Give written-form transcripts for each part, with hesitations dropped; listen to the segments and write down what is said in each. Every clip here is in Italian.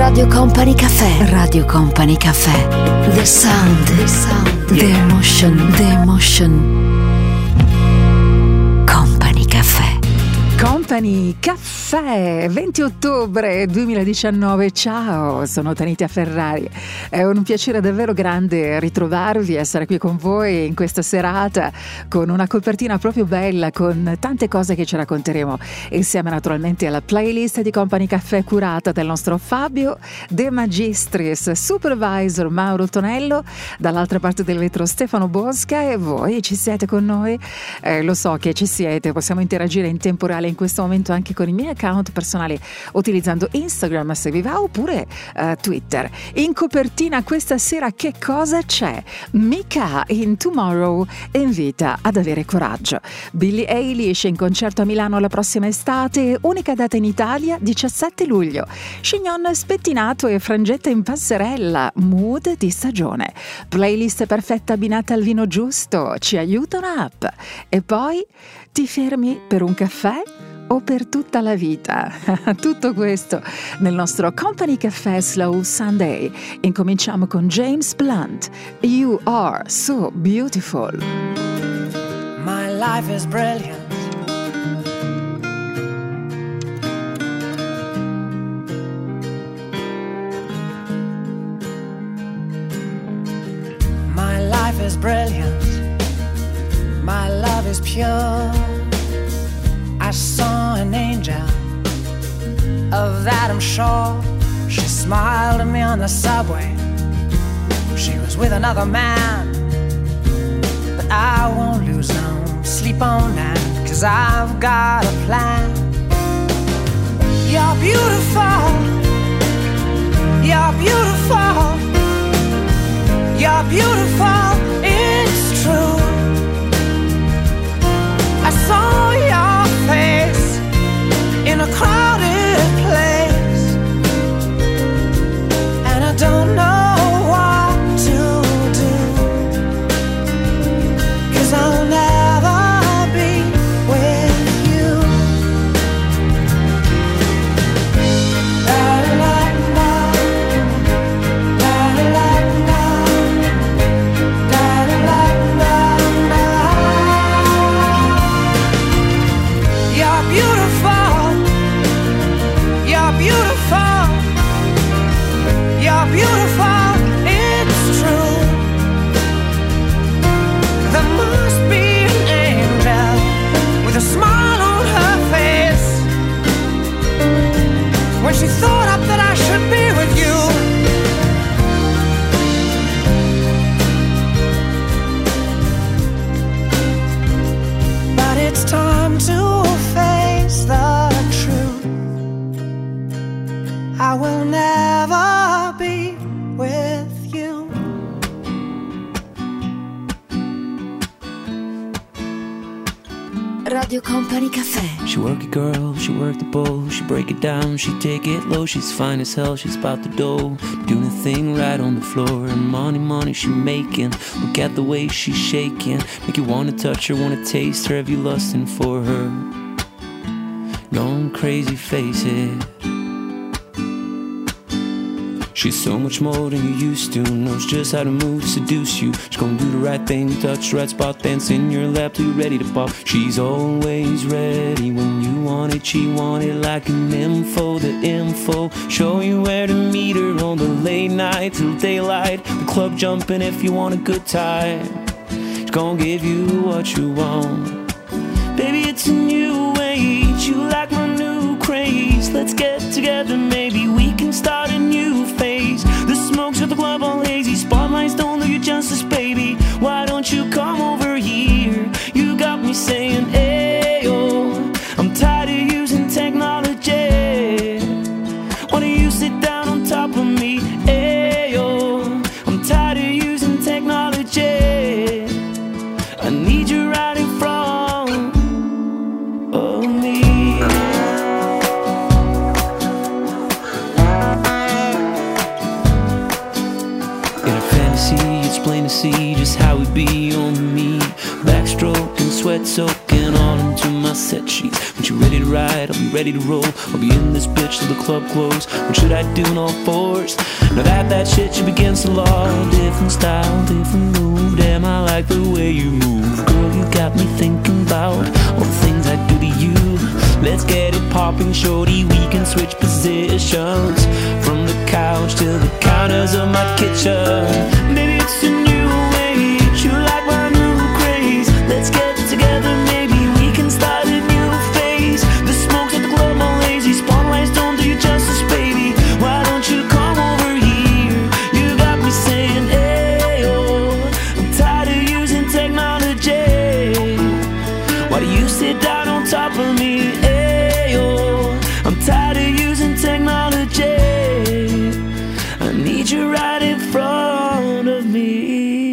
Radio Company Cafè. Radio Company Cafè. The sound. The emotion. The emotion. Company Cafè. Company Caffè, 20 ottobre 2019. Ciao, sono Tanita Ferrari. È un piacere davvero grande ritrovarvi, essere qui con voi in questa serata con una copertina proprio bella, con tante cose che ci racconteremo insieme naturalmente alla playlist di Company Caffè curata del nostro Fabio De Magistris, supervisor Mauro Tonello, dall'altra parte del vetro Stefano Bosca, e voi ci siete con noi. Lo so che ci siete, possiamo interagire in tempo reale in questo momento anche con i miei account personali utilizzando Instagram se vi va, oppure Twitter. In copertina questa sera che cosa c'è? Mika in Tomorrow invita ad avere coraggio. Billie Eilish in concerto a Milano la prossima estate, unica data in Italia 17 luglio. Chignon spettinato e frangetta in passerella, mood di stagione. Playlist perfetta abbinata al vino giusto, ci aiuta un'app. E poi ti fermi per un caffè o per tutta la vita? Tutto questo nel nostro Company Café Slow Sunday. Incominciamo con James Blunt, You Are So Beautiful. My life is brilliant. My life is brilliant. My love is pure. I saw an angel, of that I'm sure. She smiled at me on the subway. She was with another man, but I won't lose no sleep on that, 'cause I've got a plan. You're beautiful. You're beautiful. You're beautiful. It's true. I saw your face in a crowded place, and I don't know what to do, 'cause I'll never be with you. La la la, la la la, la la la la. You're beautiful. You're beautiful. You're beautiful. It's true. There must be an angel with a smile on her face when she thought up that I should be with you. But it's time to face the truth. I will never be with you. Radio Company Cafè. She work it girl, she work the bowl, she break it down, she take it low, she's fine as hell, she's about to dough, doing a thing right on the floor, and money she making, look at the way she's shaking, make you wanna touch her, wanna taste her, have you lusting for her, going crazy, face it. She's so much more than you used to, knows just how to move, seduce you. She's gonna do the right thing, touch the right spot, dance in your lap till you're ready to pop. She's always ready when you want it, she want it like an info, the info. Show you where to meet her on the late night till daylight. The club jumping if you want a good time. She's gonna give you what you want. Baby, it's a new age, you like my new craze. Let's get together, maybe we can start a new phase. The smoke's at the club all hazy, spotlights don't do you justice, baby. Why don't you come over here? You got me saying, ayo, I'm tired of using technology. Why don't you sit down on top of me? Ayo, I'm tired of using technology. I need you right in front of me. In a fantasy, it's plain to see just how we be on me. Backstroking, sweat soaking all into my set sheets. When you're ready to ride, I'll be ready to roll. I'll be in this bitch till the club close. What should I do in all fours? Now that shit should begin to law. Different style, different move. Damn, I like the way you move. Girl, you got me thinking about all the things I do to you. Let's get it popping, shorty, we can switch positions. From the couch to the counters of my kitchen. Maybe it's a new age, you like my new craze. Let's get together, maybe we can start a new phase. The smoke's at the club, all lazy. Spotlights don't do you justice, baby. Why don't you come over here? You got me saying, hey, oh, I'm tired of using technology. Why do you sit down on top of me? Hey, oh, I'm tired of using technology. I need you right in front of me.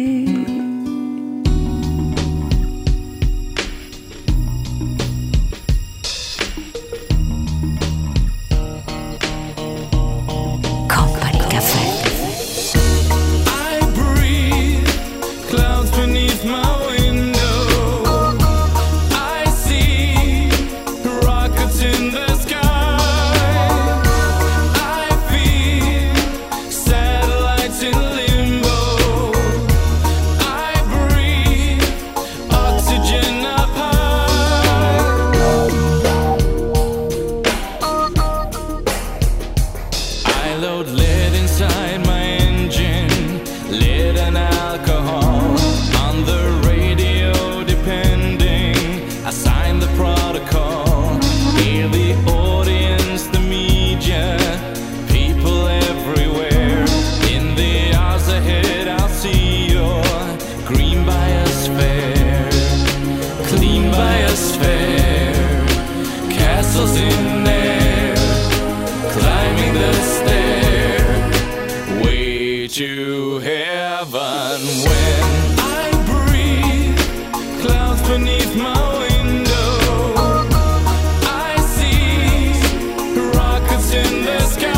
To heaven when I breathe, clouds beneath my window. I see rockets in the sky.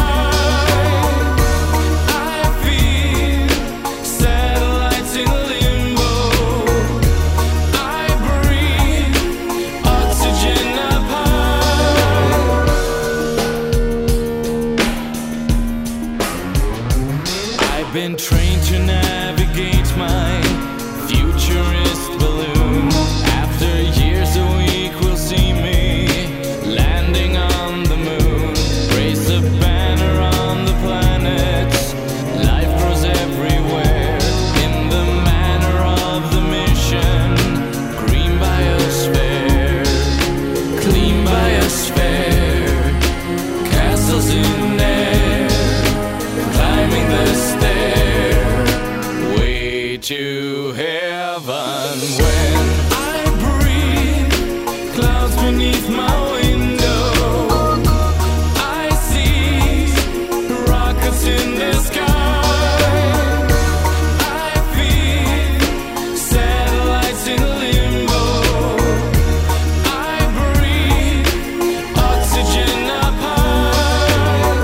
I feel satellites in limbo. I breathe oxygen up high. I've been trained to navigate my futurist balloon. After years a week will see me landing on the moon. Raise a banner on the planets. Life grows everywhere in the manner of the mission. Green biosphere, clean biosphere. Castles in air, climbing the stair, way to heaven when I breathe, clouds beneath my window. I see rockets in the sky. I feel satellites in limbo. I breathe oxygen up high.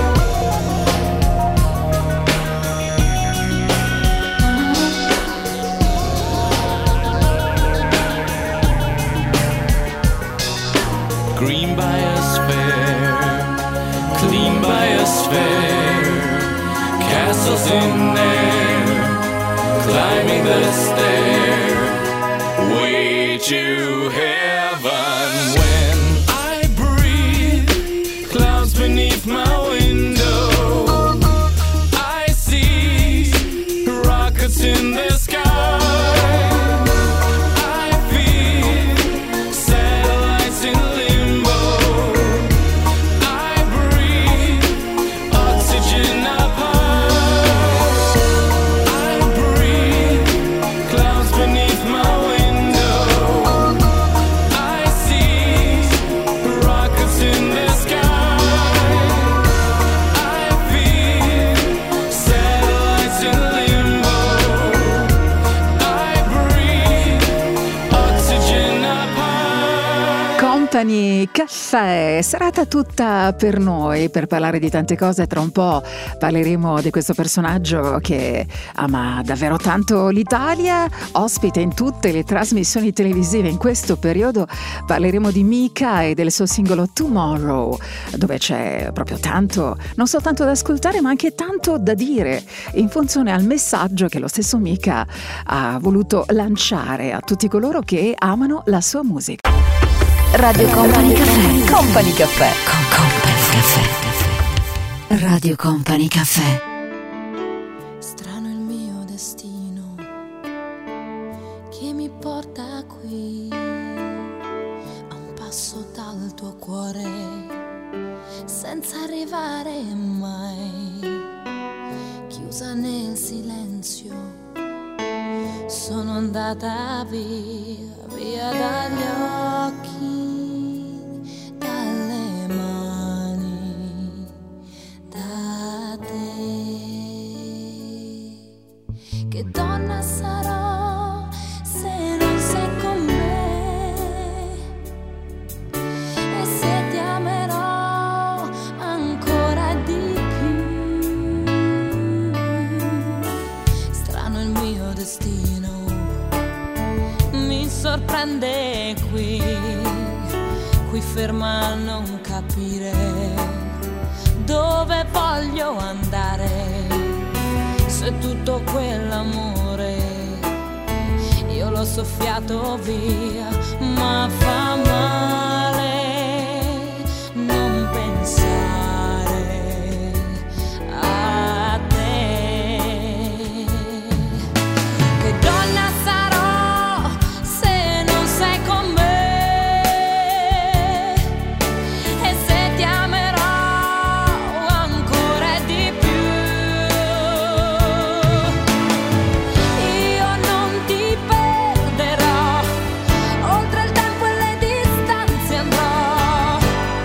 Green biosphere, clean biosphere, castles in air, climbing the stair, way to heaven when I breathe, clouds beneath my window. I see rockets in the sky. I feel satellites in limbo. I breathe oxygen up high. I breathe clouds beneath my window. Company Caffè, serata tutta per noi per parlare di tante cose. Tra un po' parleremo di questo personaggio che ama davvero tanto l'Italia, ospite in tutte le trasmissioni televisive in questo periodo. Parleremo di Mika e del suo singolo Tomorrow, dove c'è proprio tanto, non soltanto da ascoltare ma anche tanto da dire in funzione al messaggio che lo stesso Mika ha voluto lanciare a tutti coloro che amano la sua musica. Radio Company Caffè. Company Caffè. Company Caffè. Radio Company Caffè. Strano il mio destino che mi porta qui, a un passo dal tuo cuore, senza arrivare mai, chiusa nel silenzio. Sono andata via, via dagli occhi, dalle mani, da te. Che donna sarò se non sei con me? E se ti amerò ancora di più? Strano il mio destino, mi sorprende qui ferma a non capire dove voglio andare. Se tutto quell'amore io l'ho soffiato via, ma fa male non pensare a te. Che donna sarò se non sei con me? E se ti amerò ancora di più? Io non ti perderò, oltre il tempo e le distanze andrò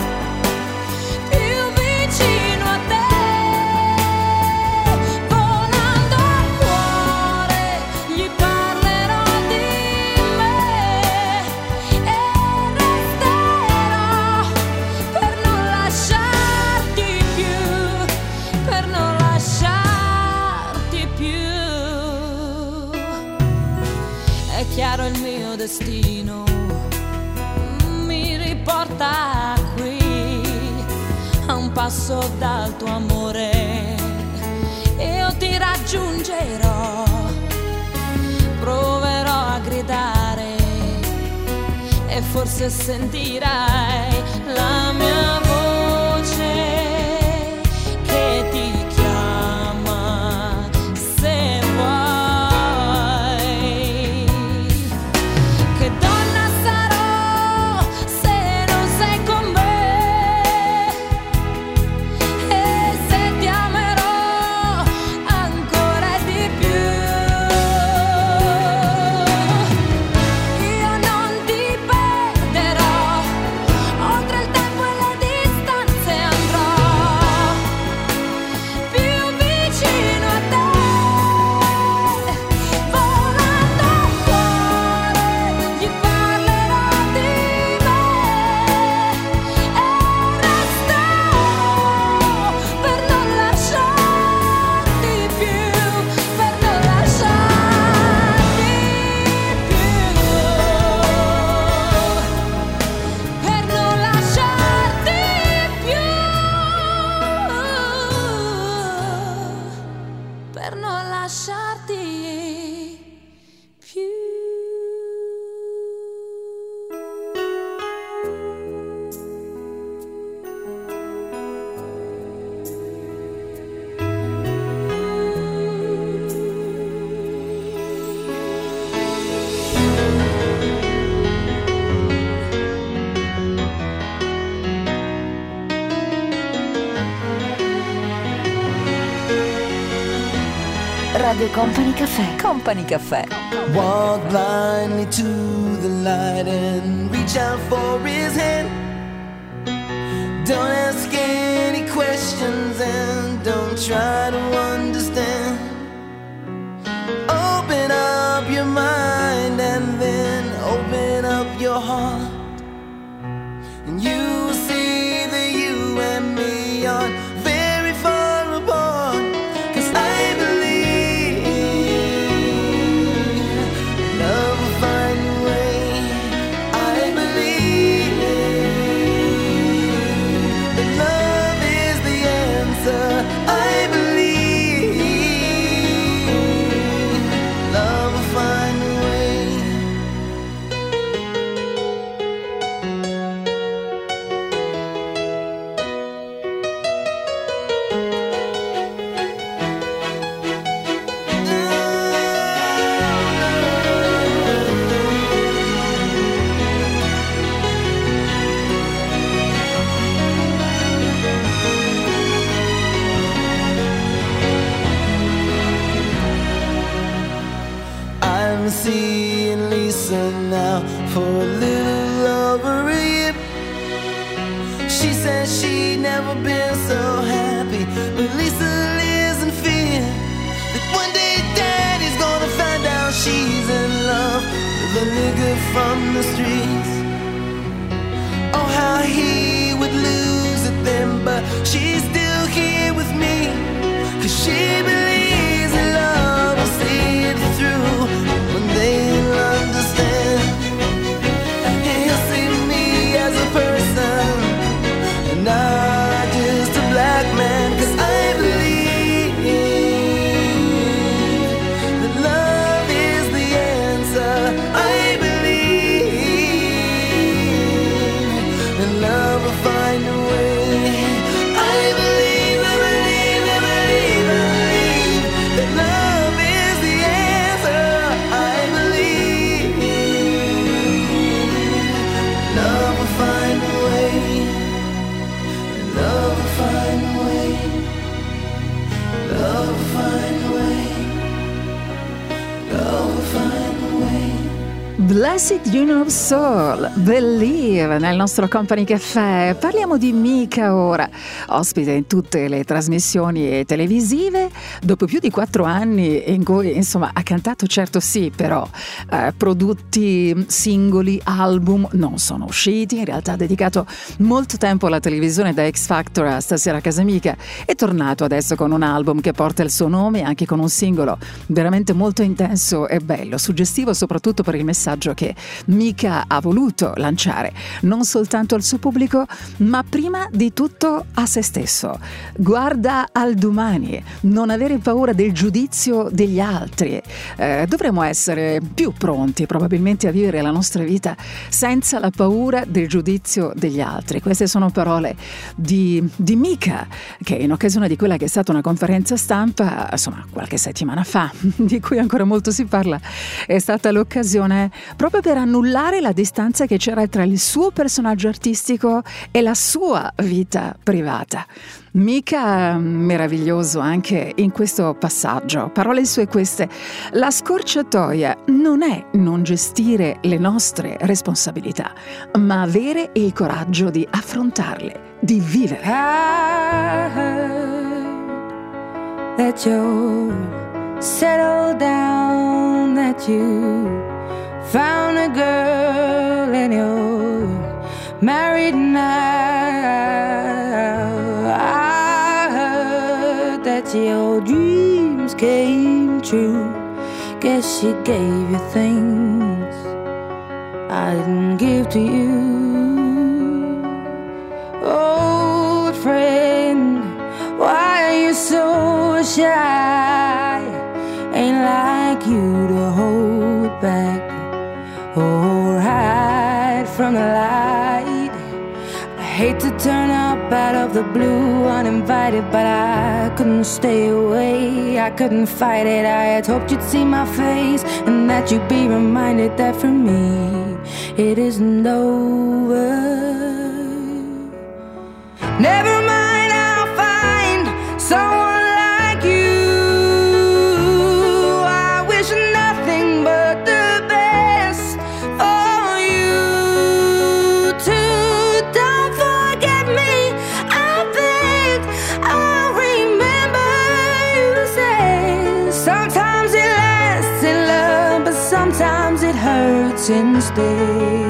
più vicino a te, volando al cuore gli parlerò di me e resterò per non lasciarti più, per non lasciarti più. È chiaro il mio destino mi riporta qui, a un passo dal tuo amore. Io ti raggiungerò, proverò a gridare e forse sentirai la mia voce che ti chiama se vuoi. Che donna sarò se non sei con me? E se ti amerò ancora di più? Io non ti perderò, oltre il tempo e le distanze andrò più vicino a te, volando al cuore gli parlerò di me e resterò per non lasciarti più, per non lasciarti più, per non lasciarti più, per non lasciarti più. Radio Company Caffè. Company Caffè. Walk blindly to the light and reach out for his hand. Don't ask any questions and don't try to understand. Open up your mind and then open up your heart. person now for a little over a year. She says she'd never been so happy, but Lisa lives in fear that one day Daddy's gonna find out she's in love with a nigga from the streets. Oh, how he would lose it then, but she's still here with me, 'cause she believes in love will see it through. When they'll understand, he'll see me as a person and not just a black man, 'cause I believe that love is the answer. I believe that love will find a way. I believe, I believe, I believe, I believe that love is the answer. I believe love will find a way. Love will find a way. Love will find a way. Love will find a way. Blessed Union of Soul, Believe, nel nostro Company Café. Parliamo di Mika ora, ospite in tutte le trasmissioni televisive, dopo più di 4 anni in cui insomma ha cantato, certo sì, però prodotti, singoli, album non sono usciti. In realtà ha dedicato molto tempo alla televisione, da X Factor a Stasera a Casa Mica. È tornato adesso con un album che porta il suo nome, anche con un singolo veramente molto intenso e bello, suggestivo soprattutto per il messaggio che Mika ha voluto lanciare non soltanto al suo pubblico, ma prima di tutto a se stesso. Guarda al domani, non avere paura del giudizio degli altri. Dovremmo essere più pronti probabilmente a vivere la nostra vita senza la paura del giudizio degli altri. Queste sono parole di Mika, che in occasione di quella che è stata una conferenza stampa, insomma qualche settimana fa, di cui ancora molto si parla, è stata l'occasione proprio per annullare la distanza che c'era tra il suo personaggio artistico e la sua vita privata. Mika meraviglioso anche in questo passaggio. Parole sue queste: la scorciatoia non è non gestire le nostre responsabilità, ma avere il coraggio di affrontarle, di vivere. I heard that you're settled down, that you found a girl and you're married now. I heard that your dreams came true. Guess she gave you things I didn't give to you. Old friend, why are you so shy? Ain't like you to hold back or hide from the light. I hate to turn up out of the blue uninvited, but I couldn't stay away, I couldn't fight it. I had hoped you'd see my face and that you'd be reminded that for me it isn't over. Never mind, I'll find someone like you. I wish nothing but the best for you too. Don't forget me, I beg. I'll remember you said sometimes it lasts in love, but sometimes it hurts instead.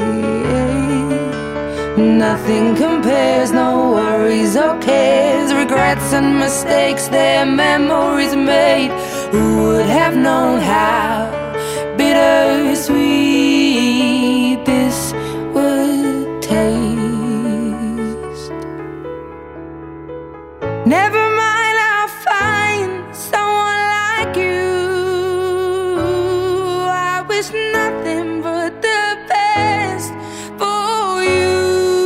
Nothing compares, no worries or cares, regrets and mistakes, their memories made. Who would have known how bittersweet this would taste? Never mind, I'll find someone like you. I wish nothing but the best for you.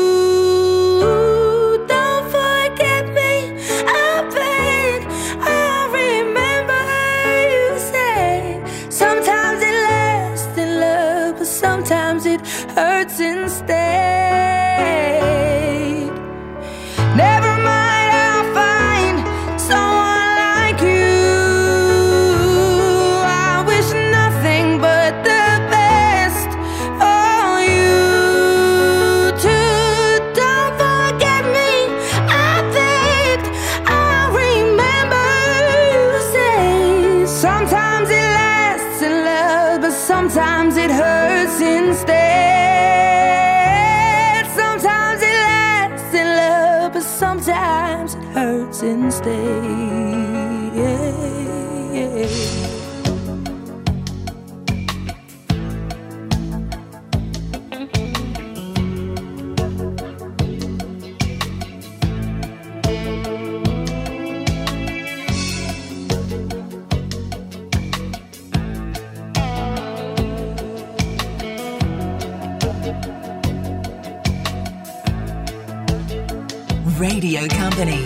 Don't forget me, I beg. I'll remember you said sometimes it lasts in love. it hurts instead. Sometimes it lasts in love, but sometimes it hurts instead. Yeah. Radio Company.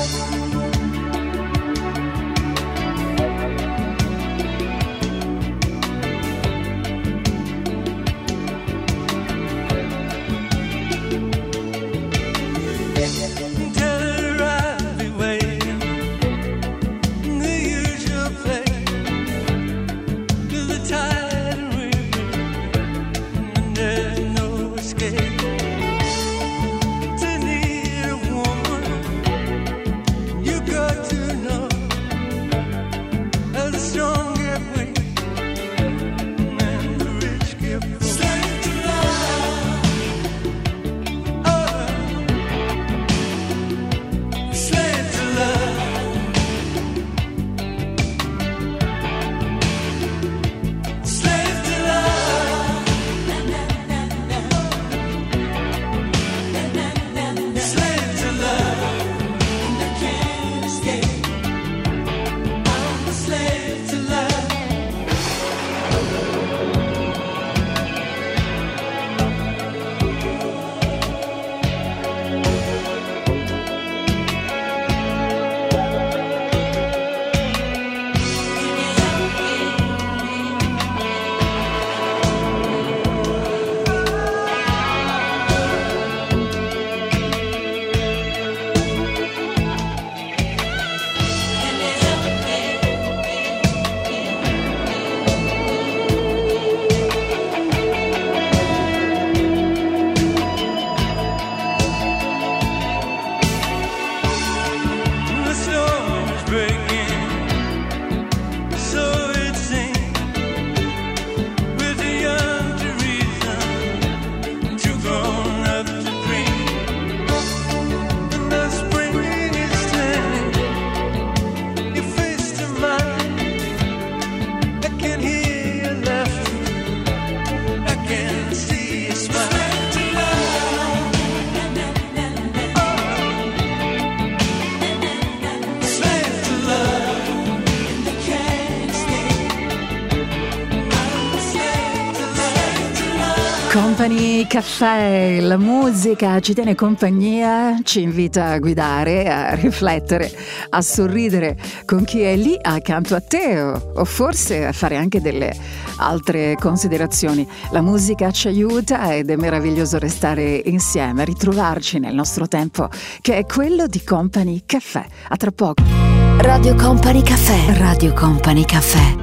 Company Caffè, la musica ci tiene compagnia, ci invita a guidare, a riflettere, a sorridere con chi è lì accanto a te o forse a fare anche delle altre considerazioni. La musica ci aiuta ed è meraviglioso restare insieme, ritrovarci nel nostro tempo che è quello di Company Caffè. A tra poco. Radio Company Caffè. Radio Company Caffè.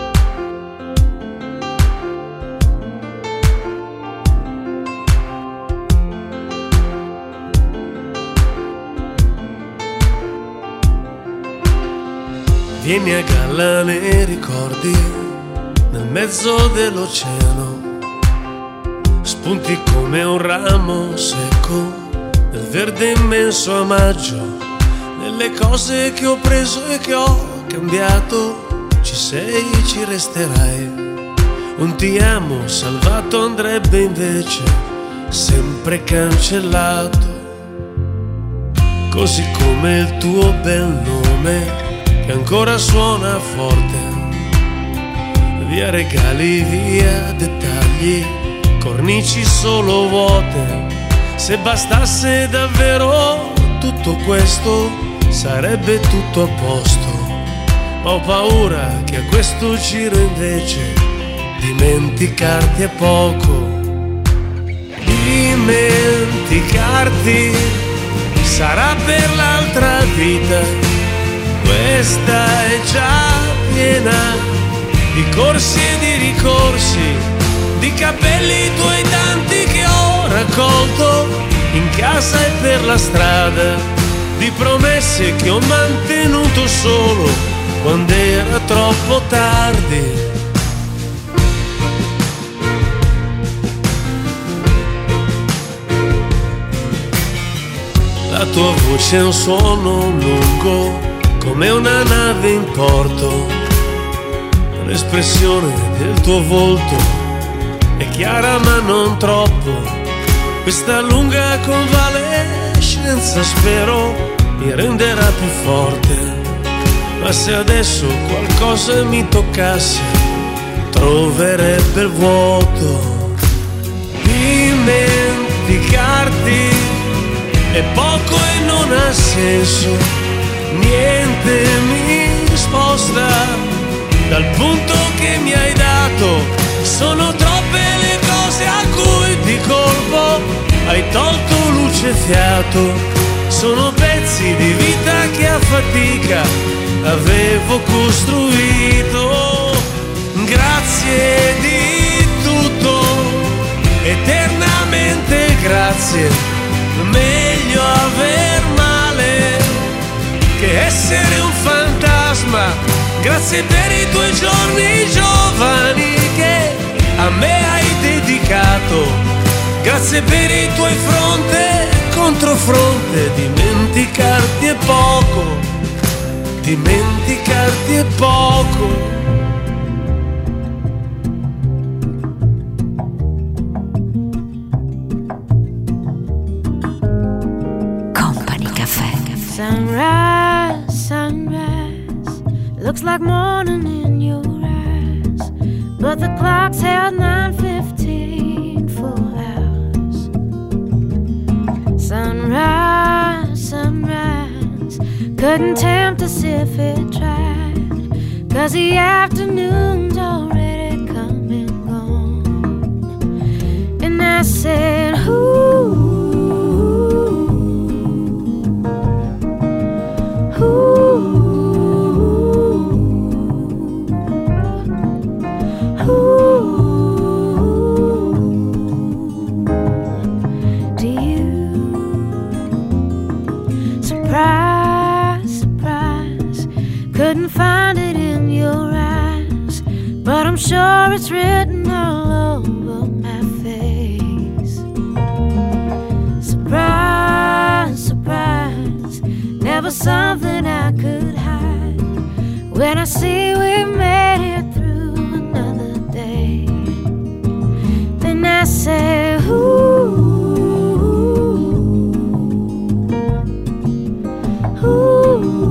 Vieni a galla nei ricordi, nel mezzo dell'oceano, spunti come un ramo secco, nel verde immenso a maggio, nelle cose che ho preso e che ho cambiato, ci sei, ci resterai. Un ti amo salvato andrebbe invece sempre cancellato, così come il tuo bel nome che ancora suona forte. Via regali, via dettagli, cornici solo vuote. Se bastasse davvero tutto questo, sarebbe tutto a posto. Ma ho paura che a questo giro invece dimenticarti è poco. Dimenticarti sarà per l'altra vita. Questa è già piena di corsi e di ricorsi, di capelli tuoi tanti che ho raccolto in casa e per la strada, di promesse che ho mantenuto solo quando era troppo tardi. La tua voce è un suono lungo come una nave in porto. L'espressione del tuo volto è chiara ma non troppo. Questa lunga convalescenza spero mi renderà più forte. Ma se adesso qualcosa mi toccasse, troverebbe il vuoto. Dimenticarti è poco e non ha senso. Niente mi sposta dal punto che mi hai dato. Sono troppe le cose a cui di colpo hai tolto luce e fiato. Sono pezzi di vita che a fatica avevo costruito. Grazie di tutto, eternamente grazie. Meglio aver male che essere un fantasma. Grazie per i tuoi giorni giovani che a me hai dedicato. Grazie per i tuoi fronte contro fronte. Dimenticarti è poco. Dimenticarti è poco. Company Caffè. Sunrise, sunrise, looks like morning in your eyes, but the clock's held 9:15 for hours. Sunrise, sunrise, couldn't tempt us if it tried, 'cause the afternoon's already come and gone. And I said, ooh, couldn't find it in your eyes, but I'm sure it's written all over my face. Surprise, surprise, never something I could hide. When I see we made it through another day, then I say, ooh, ooh.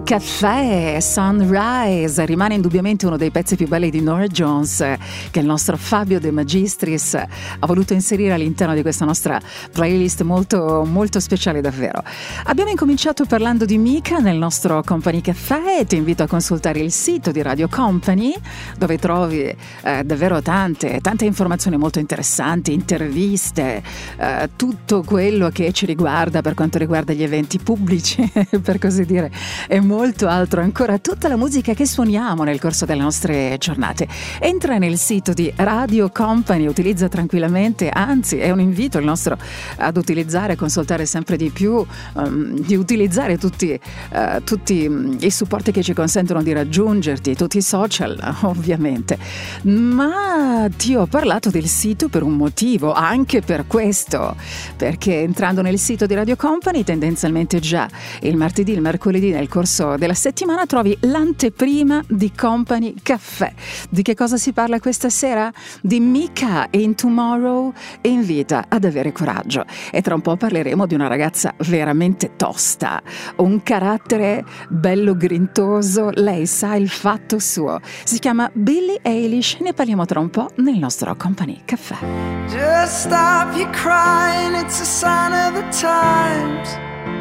Caffè, Sunrise, rimane indubbiamente uno dei pezzi più belli di Norah Jones che il nostro Fabio De Magistris ha voluto inserire all'interno di questa nostra playlist molto, molto speciale davvero. Abbiamo incominciato parlando di Mika nel nostro Company Caffè. Ti invito a consultare il sito di Radio Company, dove trovi davvero tante informazioni molto interessanti, interviste, tutto quello che ci riguarda per quanto riguarda gli eventi pubblici per così dire, e molto altro ancora, tutta la musica che suoniamo nel corso delle nostre giornate. Entra nel sito di Radio Company, utilizza tranquillamente, anzi è un invito il nostro ad utilizzare, consultare sempre di più, di utilizzare tutti i supporti che ci consentono di raggiungerti, tutti i social ovviamente. Ma ti ho parlato del sito per un motivo, anche per questo, perché entrando nel sito di Radio Company tendenzialmente già il martedì, il mercoledì nel corso della settimana trovi l'anteprima di Company Caffè. Di che cosa si parla questa sera? Di Mika in Tomorrow e invita ad avere coraggio. E tra un po' parleremo di una ragazza veramente tosta, un carattere bello grintoso, lei sa il fatto suo. Si chiama Billie Eilish, ne parliamo tra un po' nel nostro Company Caffè. Just stop your crying, it's a sign of the times.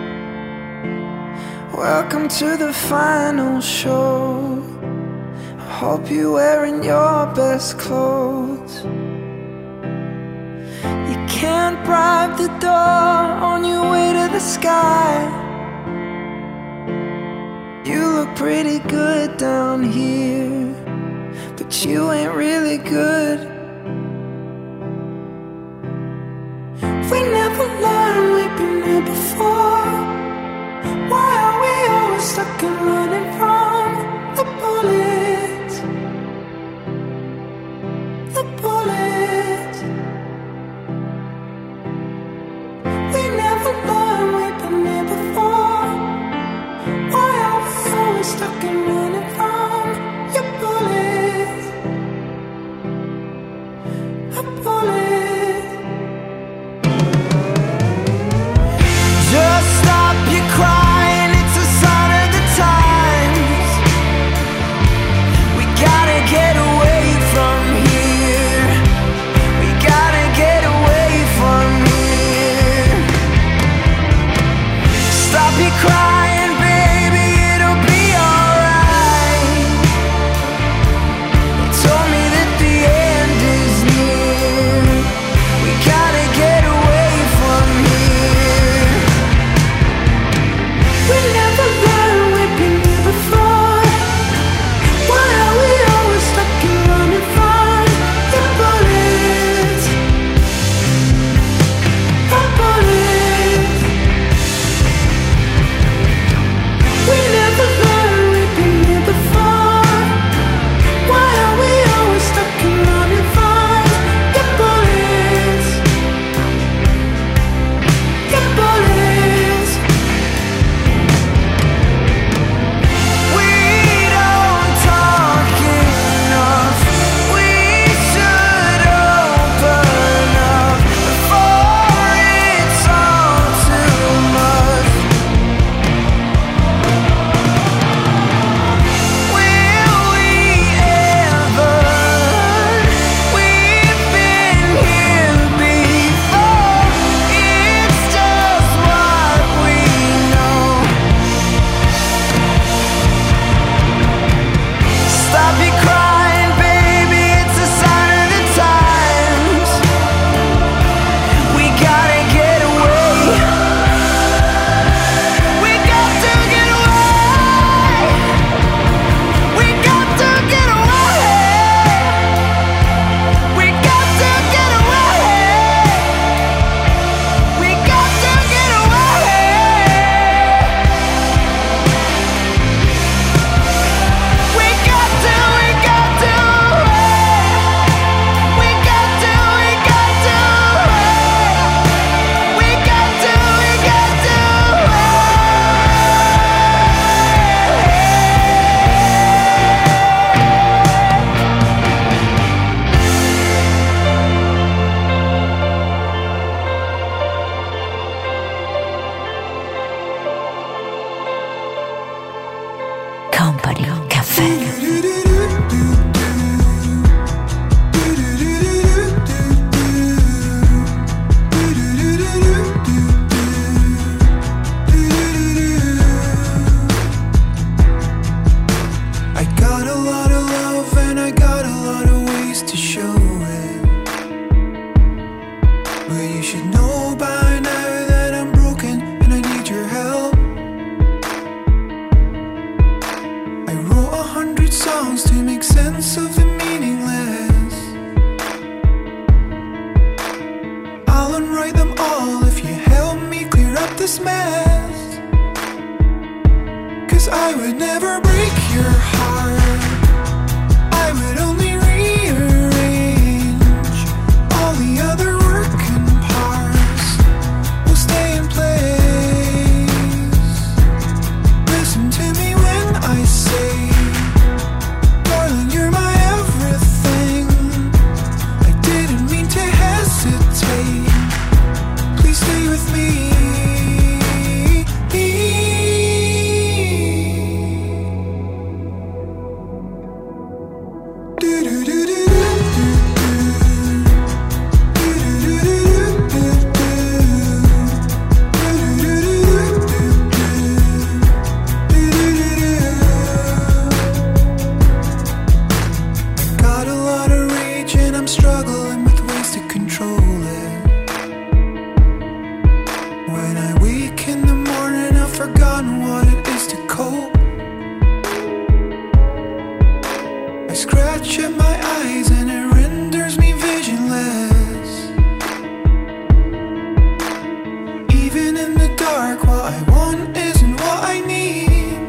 Welcome to the final show. I hope you're wearing your best clothes. You can't bribe the door on your way to the sky. You look pretty good down here, but you ain't really good. We never learned, we've been here before. Why are we always stuck and running from the bullets? The bullets. We never learned, we've been here before. Why are we always stuck and running from your bullets? I scratch at my eyes and it renders me visionless. Even in the dark, what I want isn't what I need.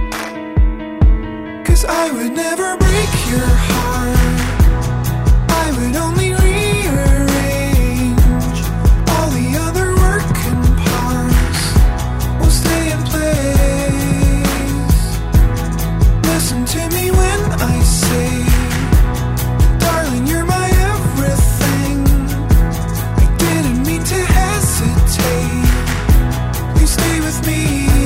'Cause I would never break your heart, I would only rearrange all the other working parts will stay in place. Listen to me when I say, darling, you're my everything. I didn't mean to hesitate. Please stay with me.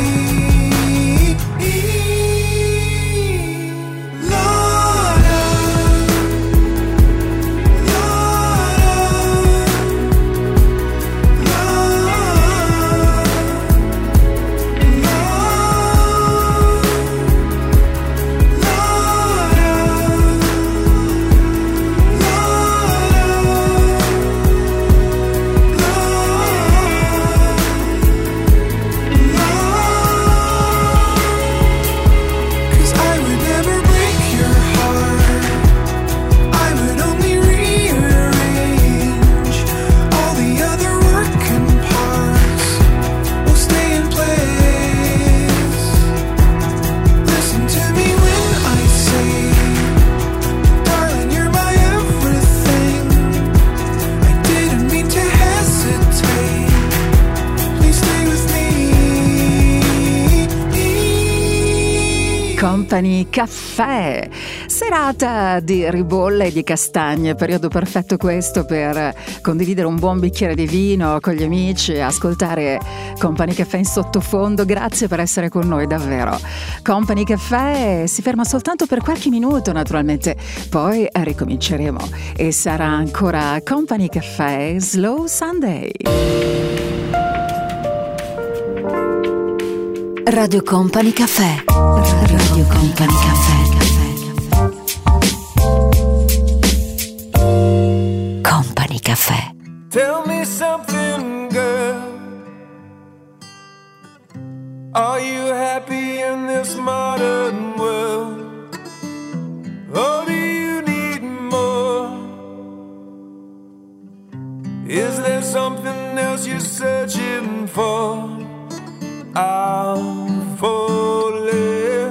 Company Caffè, serata di ribolle e di castagne, periodo perfetto questo per condividere un buon bicchiere di vino con gli amici e ascoltare Company Caffè in sottofondo. Grazie per essere con noi, davvero. Company Caffè si ferma soltanto per qualche minuto, naturalmente, poi ricominceremo e sarà ancora Company Caffè Slow Sunday. Radio Company Caffè. Radio Company Caffè. Company Caffè. Tell me something, girl. Are you happy in this modern world? Or do you need more? Is there something else you're searching for? I'm falling.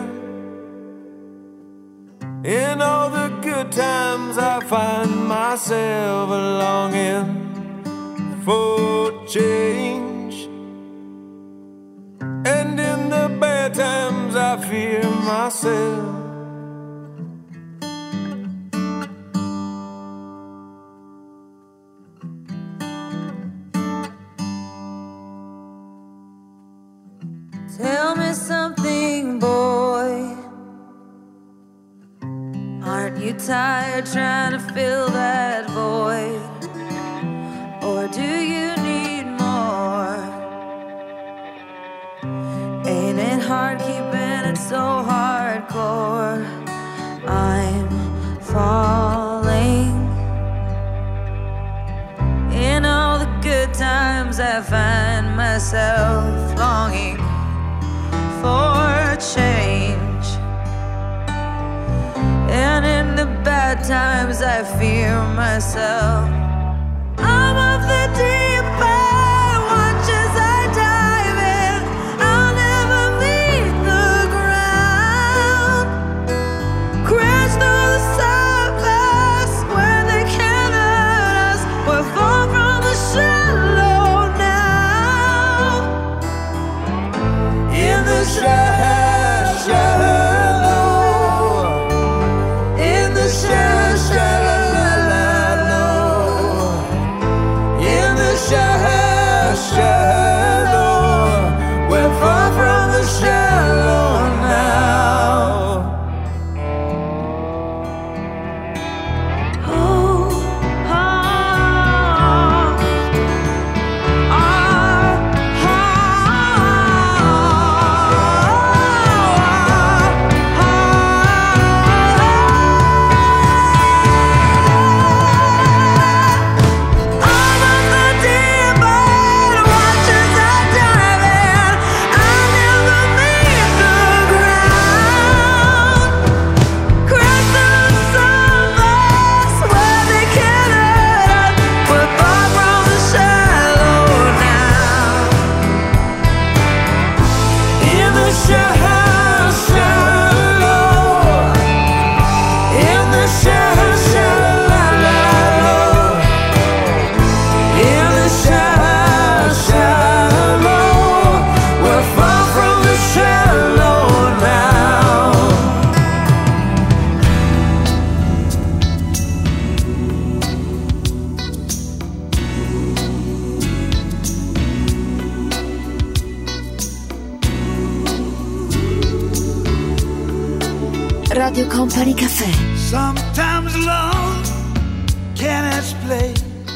In all the good times I find myself longing for change, and in the bad times I fear myself. Tell me something, boy. Aren't you tired trying to fill that void? Or do you need more? Ain't it hard keeping it so hardcore? I'm falling. In all the good times I find myself longing for change, and in the bad times I fear myself. I'm of the deep end, watch as I dive in. I'll never meet the ground. Crash through the surface where they can't hurt us. We're far from the shallow now. In the shallow, in the shallow. Radio Company Café. Sometimes love can explain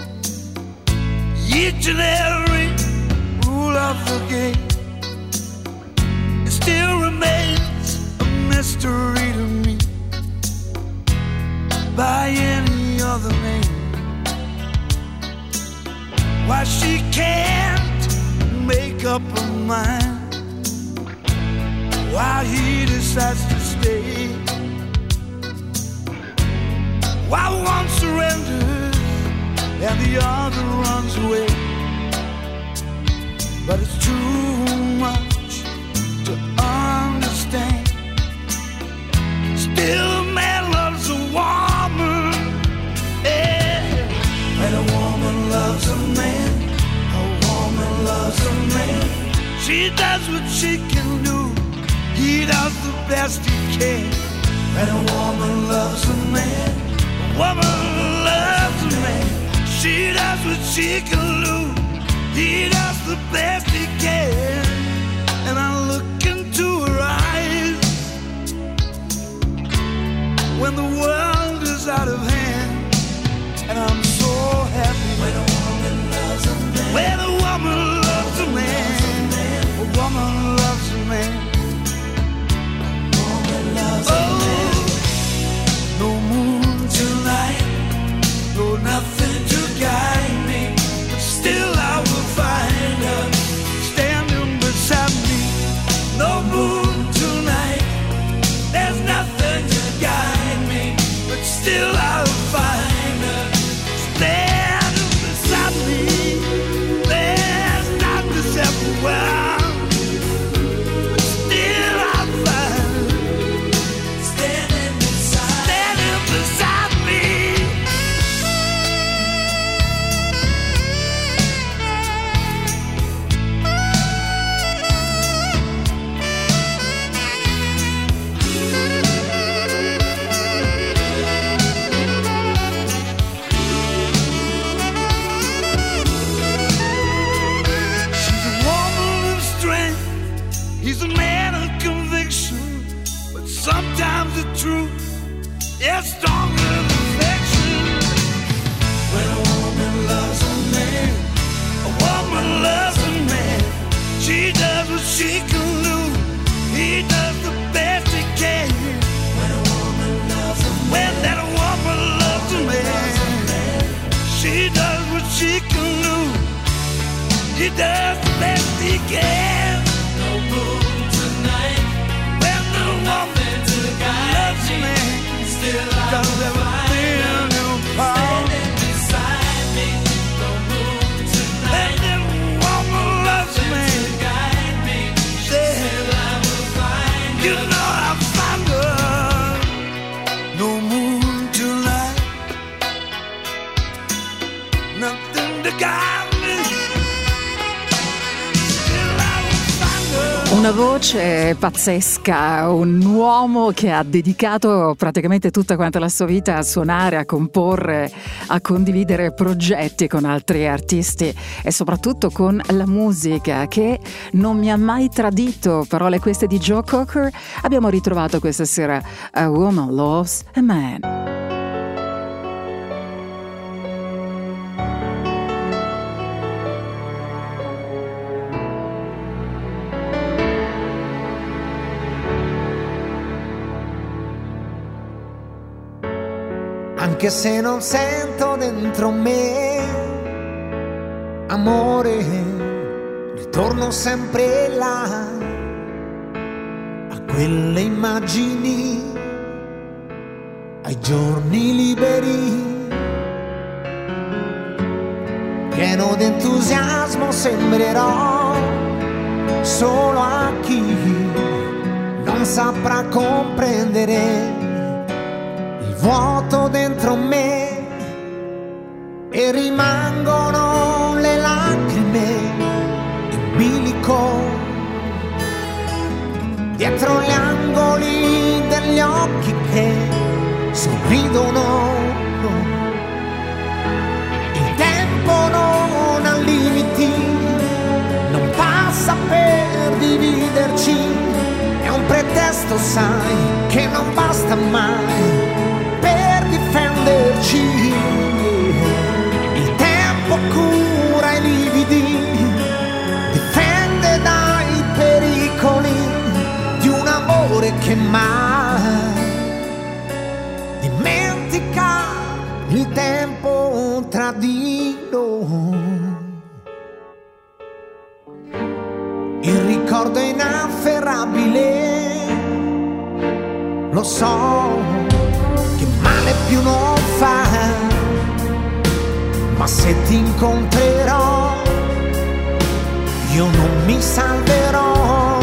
each and every rule of the game. It still remains a mystery to me by any other name. Why she can't make up her mind, why he decides to stay, why one surrenders and the other runs away. But it's too much to understand. Still a man loves a woman, yeah. When a woman loves a man, a woman loves a man. She does what she can do, he does the best he can. When a woman loves a man, a woman loves a man. She does what she can do, he does the best he can. And I look into her eyes when the world is out of hand, and I'm so happy. When a woman loves a man, when a woman loves a man, a woman loves a man. No moon tonight, no nothing to guide me, but still I will find her standing beside me. No moon tonight, there's nothing to guide me, but still I will find her standing beside me. There's not this ever world, but still I'll find her standing beside me. She's a woman of strength, he's a man of conviction, but sometimes the truth is stronger than affection. When a woman loves a man, a woman loves a man. She does what she can do, he does the best he can. When a woman loves a man, when that woman loves a man, she does what she can do, he does the best he can. No moon tonight, when the woman loves a man, still does everything apart. Standing beside me, no moon tonight. And that woman loves a man, guide me, still I will find her. You know I'll find her. No moon tonight, nothing to guide me. Still I will find her. Una voce pazzesca, un uomo che ha dedicato praticamente tutta quanta la sua vita a suonare, a comporre, a condividere progetti con altri artisti e soprattutto con la musica, che non mi ha mai tradito. Parole queste di Joe Cocker. Abbiamo ritrovato questa sera A Woman Loves a Man. Anche se non sento dentro me amore, ritorno sempre là, a quelle immagini, ai giorni liberi. Pieno d'entusiasmo sembrerò solo a chi non saprà comprendere vuoto dentro me, e rimangono le lacrime in bilico dietro gli angoli degli occhi che sorridono. Il tempo non ha limiti, non passa per dividerci, è un pretesto sai che non non basta mai per difenderci. Il tempo cura i lividi, difende dai pericoli di un amore che mai dimentica il tempo tra di noi. Il ricordo è inafferrabile, lo so che male più non fa, ma se ti incontrerò io non mi salverò.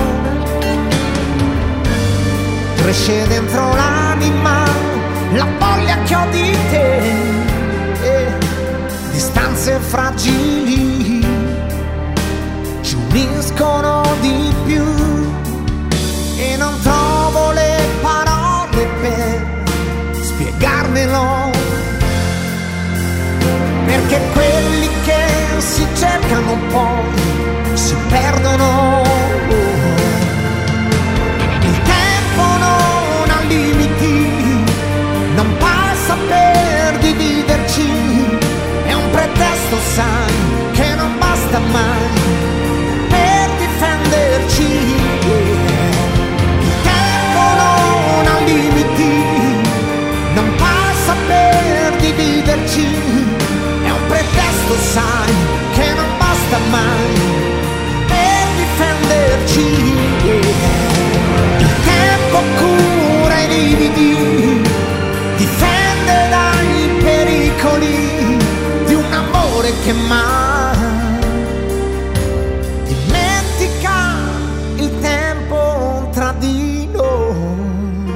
Cresce dentro l'anima la voglia che ho di te, distanze fragili ci uniscono di più e non trovo le parole per spiegarmelo, perché quelli che si cercano poi si perdono. Il tempo non ha limiti, non passa per dividerci, è un pretesto, sai, che non basta mai per difenderci. Il tempo non ha limiti, non passa per dividerci, è un pretesto, sai, che non basta mai per difenderci. Il tempo cura i lividi, difende dai pericoli di un amore che mai dimentica il tempo tra di noi.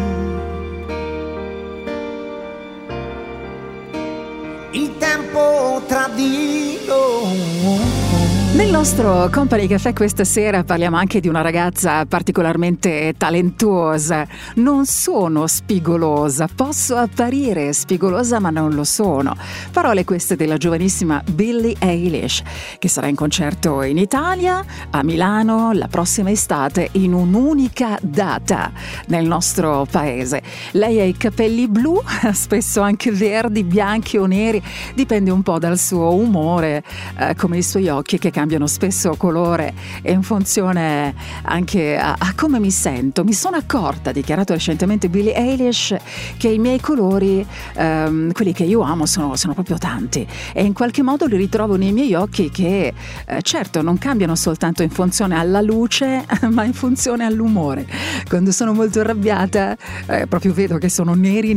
Il tempo tra di noi. Nel nostro Company Café questa sera parliamo anche di una ragazza particolarmente talentuosa. Non sono spigolosa, posso apparire spigolosa ma non lo sono. Parole queste della giovanissima Billie Eilish, che sarà in concerto in Italia, a Milano, la prossima estate, in un'unica data nel nostro paese. Lei ha i capelli blu, spesso anche verdi, bianchi o neri, dipende un po' dal suo umore, come i suoi occhi che cambiano spesso colore e in funzione anche a come mi sento. Mi sono accorta, ha dichiarato recentemente Billie Eilish, che i miei colori, quelli che io amo, sono proprio tanti e in qualche modo li ritrovo nei miei occhi che certo non cambiano soltanto in funzione alla luce ma in funzione all'umore. Quando sono molto arrabbiata proprio vedo che sono neri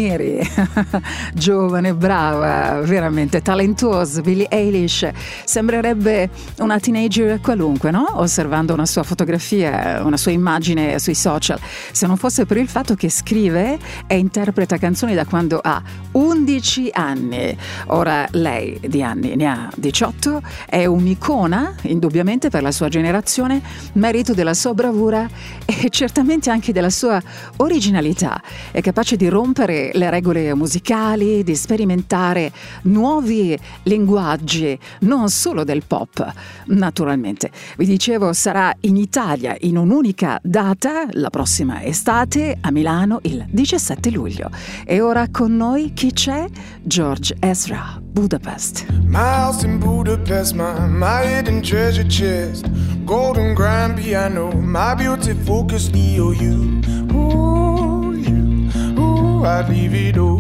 giovane, brava, veramente talentuosa. Billie Eilish sembrerebbe una teenager qualunque, no? Osservando una sua fotografia, una sua immagine sui social, se non fosse per il fatto che scrive e interpreta canzoni da quando ha 11 anni. Ora lei di anni ne ha 18, è un'icona indubbiamente per la sua generazione, merito della sua bravura e certamente anche della sua originalità. È capace di rompere le regole musicali, di sperimentare nuovi linguaggi, non solo del pop. Naturalmente, vi dicevo, sarà in Italia in un'unica data la prossima estate a Milano il 17 luglio. E ora con noi chi c'è? George Ezra, Budapest. My house in Budapest, my hidden treasure chest, golden grand piano, my beauty focus EOU. Ooh, I'd leave it all.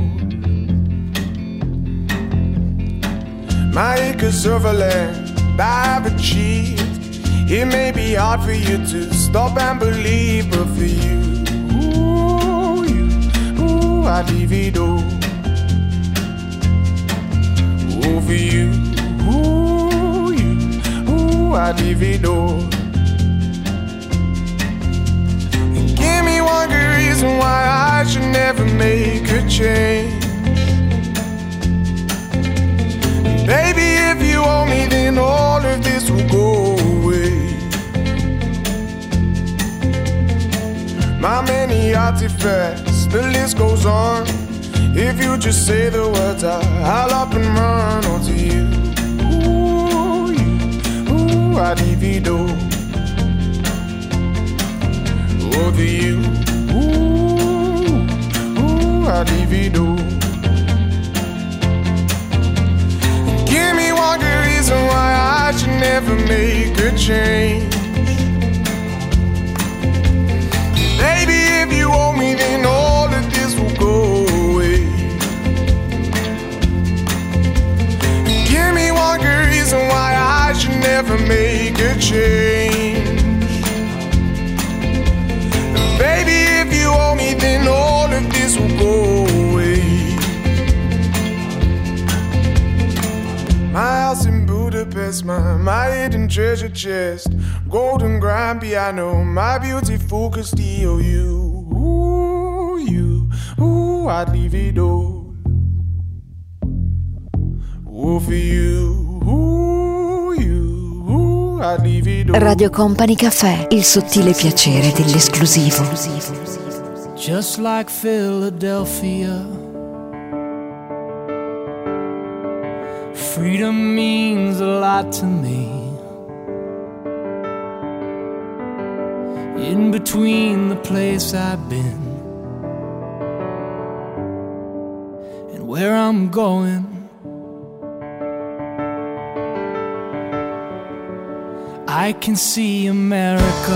My acres of land I've achieved. It may be hard for you to stop and believe, but for you, I'd leave it all. Oh, for you, I'd leave it all. And give me one good reason why I should never make a change. Baby, if you owe me, then all of this will go away. My many artifacts, the list goes on. If you just say the words, I'll up and run onto you. I'd divido. Over you, I'd leave it all. Give me one good reason why I should never make a change. Baby, if you owe me, then all of this will go away. Give me one good reason why I should never make a change. Baby, if you owe me, then all of this will go away. My house in Budapest, my hidden treasure chest, golden grand piano, my beautiful Castillo. Ooh, I'd leave it all. Ooh, for you, I'd leave it all. Radio Company Cafè, il sottile piacere dell'esclusivo. Just like Philadelphia, freedom means a lot to me. In between the place I've been and where I'm going, I can see America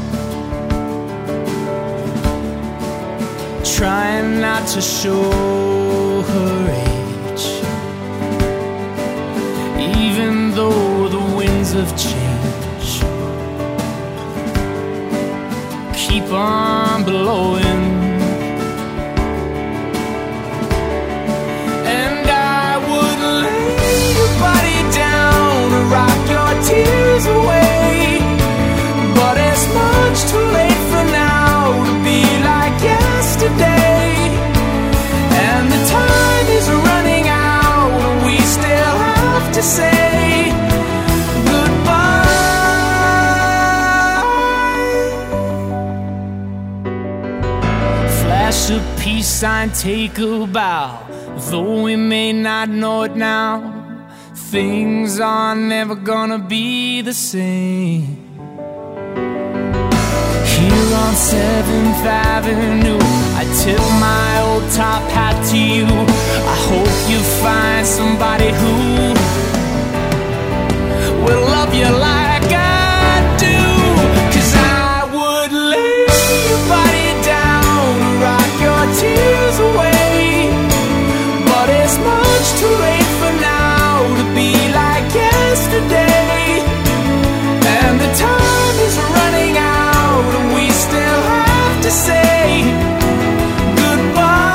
trying not to show her age, even though the winds of change keep on blowing. And I would lay your body down and rock your tears away, but it's much too late for now to be like yesterday. And the time is running out and we still have to say goodbye. Flash a peace sign, take a bow. Though we may not know it now, things are never gonna be the same. Here on 7th Avenue, I tip my old top hat to you. I hope you find somebody who will love you like I do. 'Cause I would lay your body down, rock your tears away, but it's much too late for now to be like yesterday. And the time is running out and we still have to say goodbye.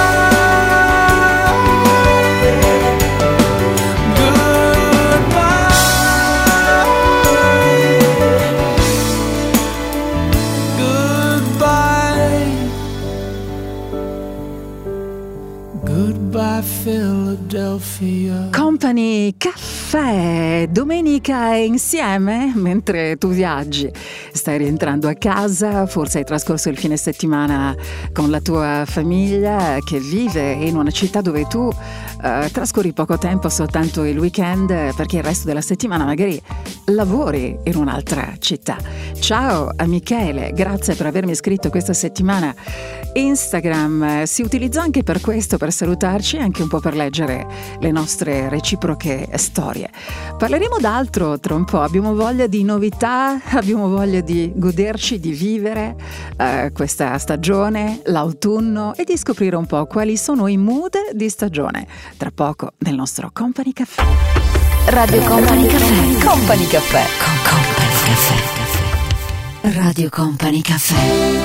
Goodbye Philadelphia. Company Cafè, domenica insieme mentre tu viaggi, stai rientrando a casa, forse hai trascorso il fine settimana con la tua famiglia che vive in una città dove tu trascorri poco tempo, soltanto il weekend, perché il resto della settimana magari lavori in un'altra città. Ciao a Michele, grazie per avermi iscritto questa settimana. Instagram si utilizza anche per questo, per salutarci e anche un po' per leggere le nostre reciproche storie. Parleremo d'altro tra un po', abbiamo voglia di novità, abbiamo voglia di goderci, di vivere questa stagione, l'autunno, e di scoprire un po' quali sono i mood di stagione. Tra poco nel nostro Company Cafè. Radio Company Cafè. Company Cafè. Company Cafè. Radio Company Cafè.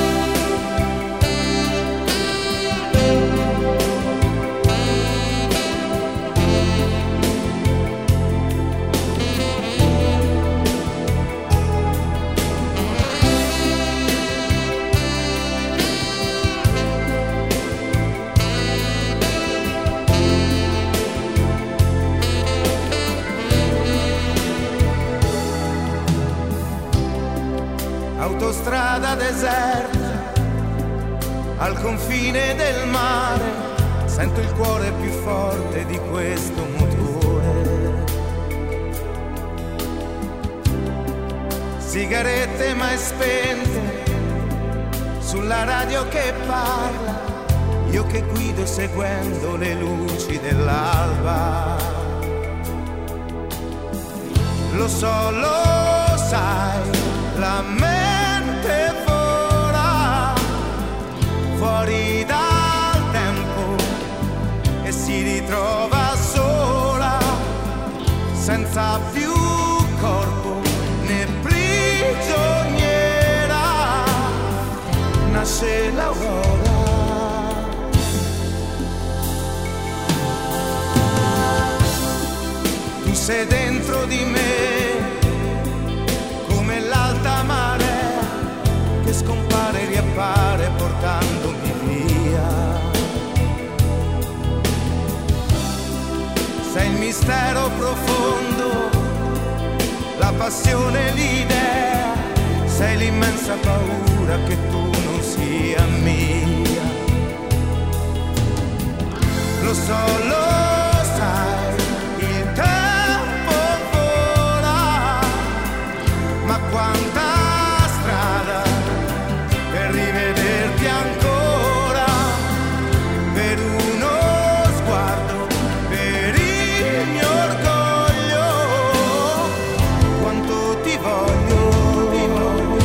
Autostrada deserta, al confine del mare, sento il cuore più forte di questo motore. Sigarette mai spente, sulla radio che parla, io che guido seguendo le luci dell'alba. Lo so, lo sai, la mente vola fuori dal tempo e si ritrova sola, senza più corpo né prigioniera. Nasce l'aurora. Tu sei dentro di me come l'alta marea che scompare e riappare portandomi via. Sei il mistero profondo, la passione, l'idea, sei l'immensa paura che tu non sia mia. Lo so, lo sai, il tempo vola, ma quanta strada per rivederti ancora, per uno sguardo, per il mio orgoglio, quanto ti voglio, ti voglio.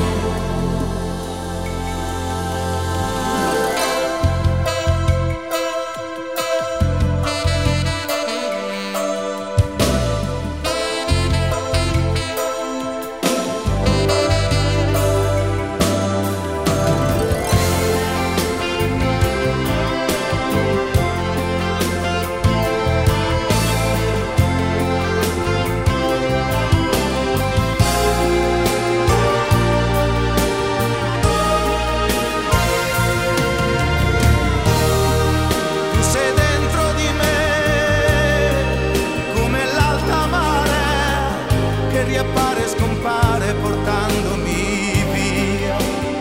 Tu sei dentro di me come l'alta marea che riappare e scompare portandomi via.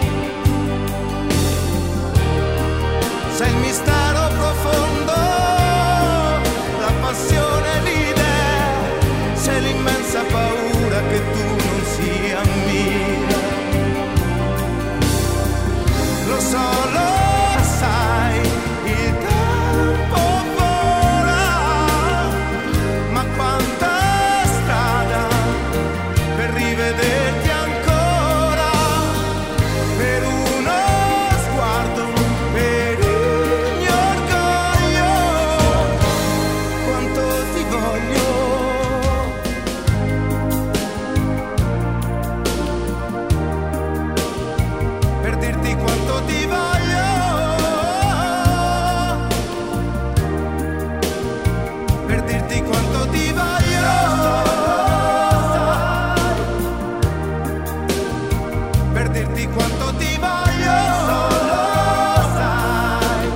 Sei il mistero profondo, la passione, l'idea, sei l'immensa paura che tu non sia mia. Lo so, lo sai, il tempo vola, ma quanta strada per rivederti ancora, per uno sguardo, per il mio orgoglio, quanto ti voglio. Per dirti quanto ti voglio, per dirti quanto ti voglio, per dirti quanto ti voglio, lo sai.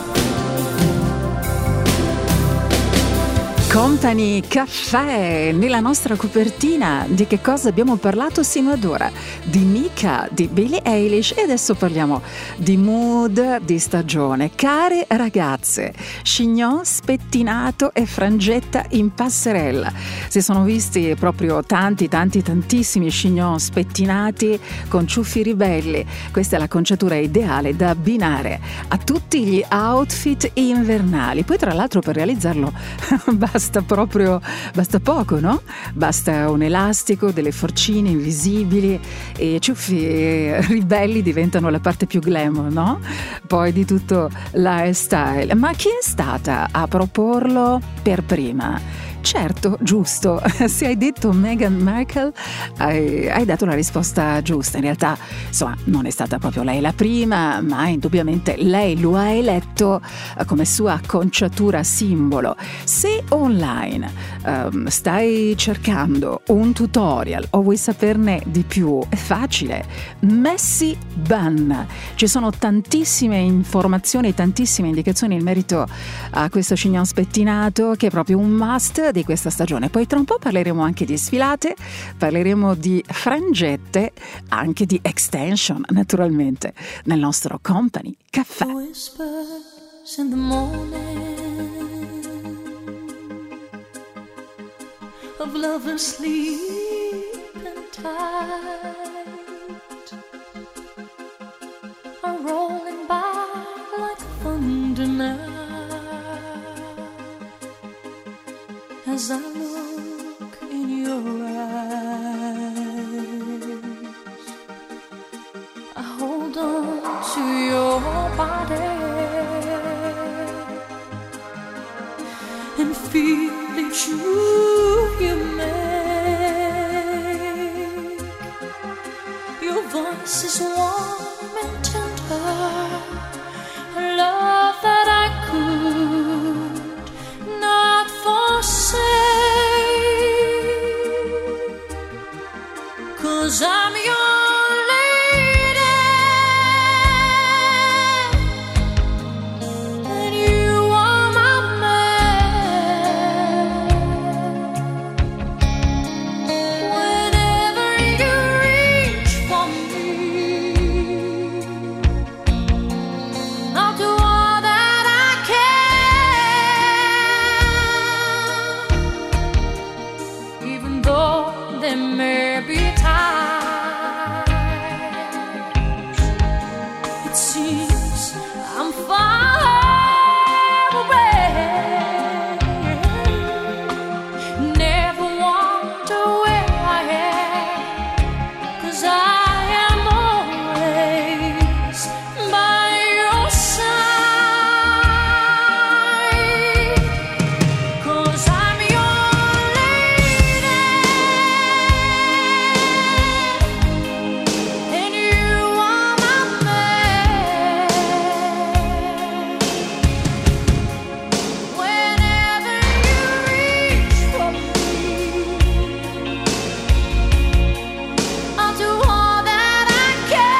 Company Caffè, nella nostra copertina di che cosa abbiamo parlato sino ad ora? Di Mika, di Billie Eilish, e adesso parliamo di mood di stagione. Care ragazze, chignon spettinato e frangetta in passerella. Si sono visti proprio tantissimi chignon spettinati con ciuffi ribelli. Questa è la conciatura ideale da abbinare a tutti gli outfit invernali. Poi tra l'altro per realizzarlo basta poco, no? Basta un elastico, delle forcine invisibili e ciuffi ribelli diventano la parte più glamour, no? Poi di tutto l'hairstyle. Ma chi è stata a proporlo per prima? Certo, giusto, se hai detto Meghan Markle hai dato la risposta giusta. In realtà, insomma, non è stata proprio lei la prima, ma indubbiamente lei lo ha eletto come sua conciatura simbolo. Se online stai cercando un tutorial o vuoi saperne di più, è facile. Messy Bun. Ci sono tantissime informazioni, tantissime indicazioni in merito a questo chignon spettinato che è proprio un must di questa stagione. Poi tra un po' parleremo anche di sfilate, parleremo di frangette, anche di extension naturalmente nel nostro Company Caffè. Whispers in the morning of lovers sleeping tight are rolling by like thunder as I look in your eyes. I hold on to your body and feel each move you make. Your voice is warm and tender, a love that I could not forsake. 'Cause I'm your lady and you are my man. Whenever you reach for me, I'll do all that I can, even though there may be times it seems I'm far away. Never wonder where I am, 'cause I am always by your side. 'Cause I'm your lady and you are my man. Whenever you reach for me, I'll do all that I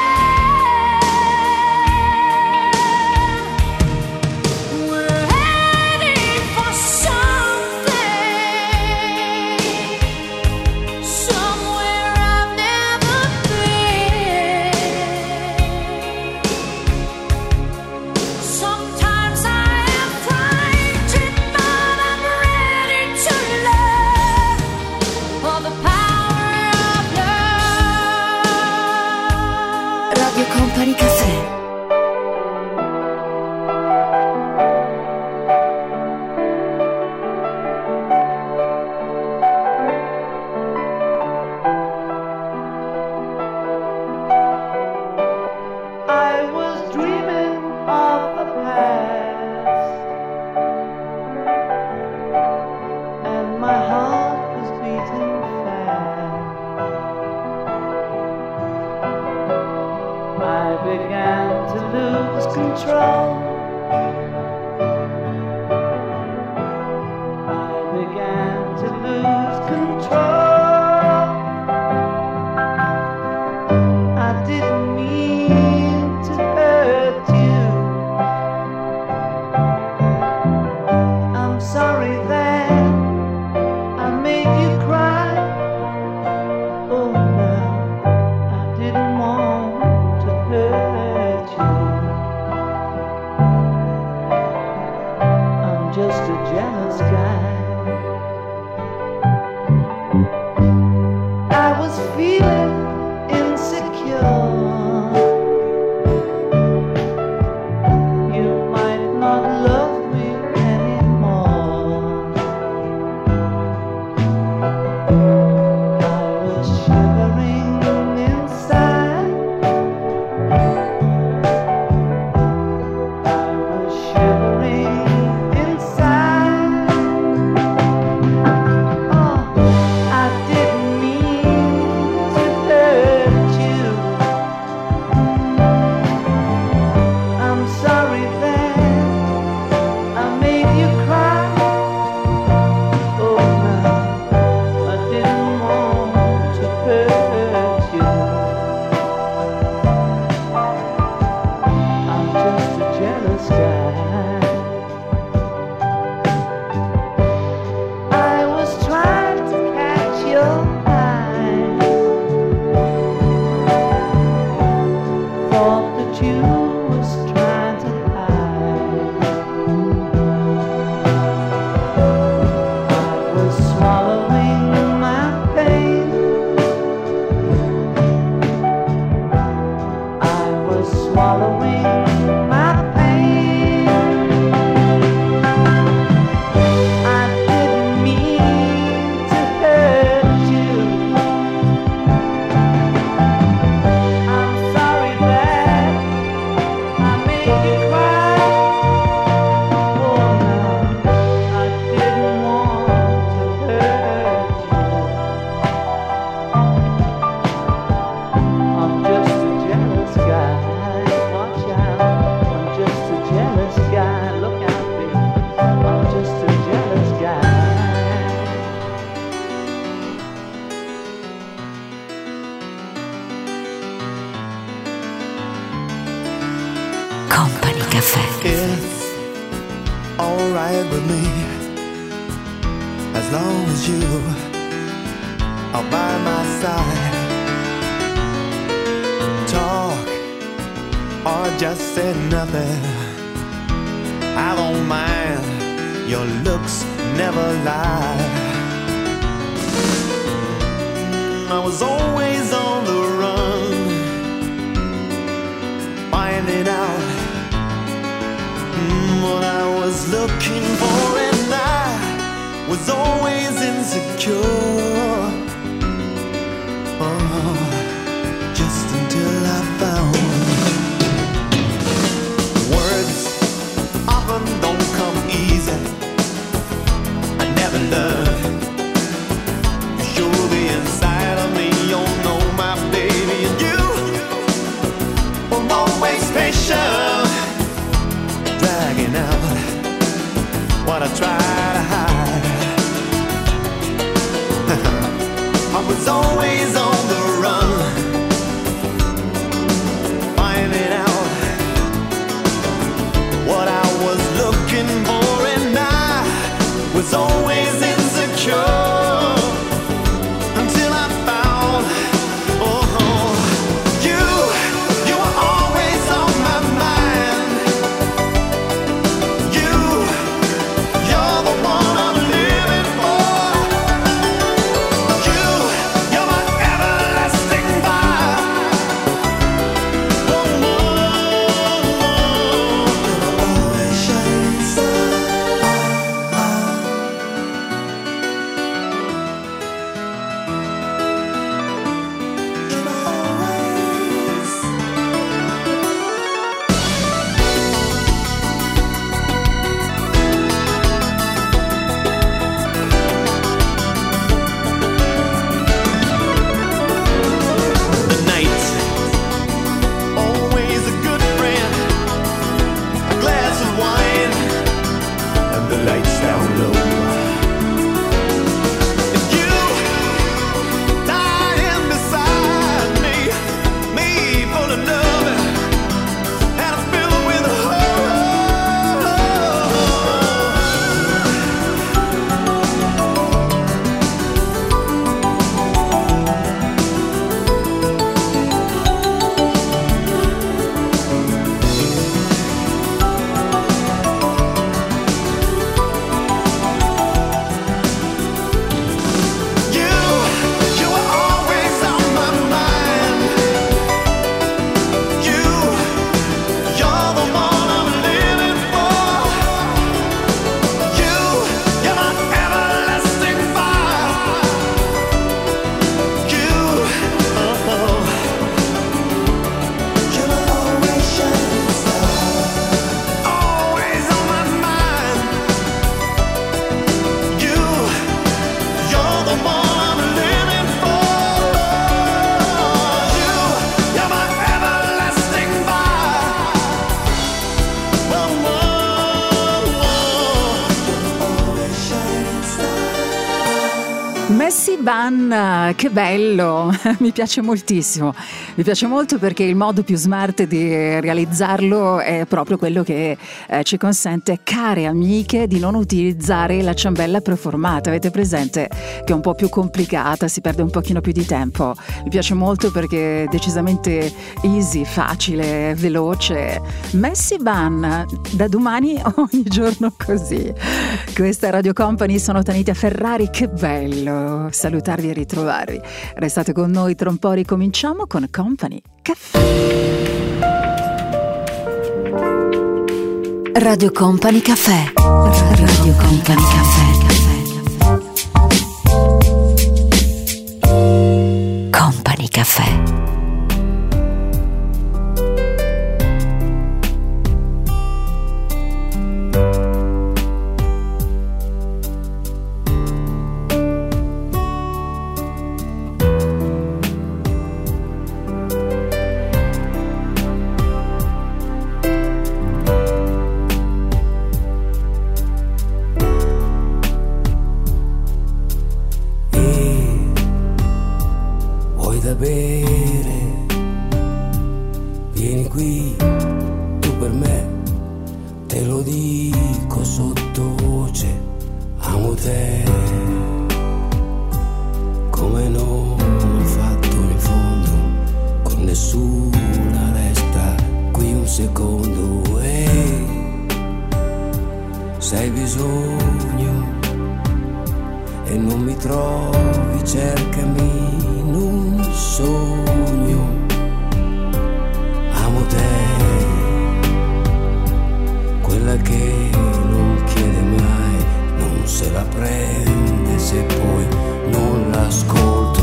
can. We're heading for something, somewhere I've never been. Sometimes I am frightened, but I'm ready to learn all the power of love. Radio Company Café. I was dreaming of the past, and my heart was beating fast. I began to lose control. I began to lose control. I didn't mean to hurt you. I'm sorry that I made you cry. Oh no, I didn't want to hurt you. I'm just a jealous guy. I was feeling insecure. You might not love me anymore. I was shivering inside. I was shivering inside. alright with me, as long as you are by my side. Talk or just say nothing, I don't mind, your looks never lie. I was always on the run, finding out what I was looking for, and I was always insecure. Oh, just until I found words often don't come easy. I never learned to show the inside of me. You know my baby, and you were always patient, dragging out what I try to hide. I was always on the run, finding out what I was looking for, and I was always insecure. Ban, che bello, mi piace moltissimo, mi piace molto perché il modo più smart di realizzarlo è proprio quello che ci consente, care amiche, di non utilizzare la ciambella preformata. Avete presente che è un po' più complicata, si perde un pochino più di tempo? Mi piace molto perché è decisamente easy, facile, veloce. Messy Ban, da domani ogni giorno così. Questa è Radio Company, sono Tanita Ferrari, che bello salutarvi e ritrovarvi. Restate con noi, tra un po' ricominciamo con Company Caffè. Radio Company Caffè. Radio Company Caffè. Company Caffè. bere amo te come non ho fatto in fondo con nessuna, resta qui un secondo e se hai bisogno e non mi trovi, cercami in un sogno. Amo te, quella che non chiede mai, non se la prende se poi non l'ascolto.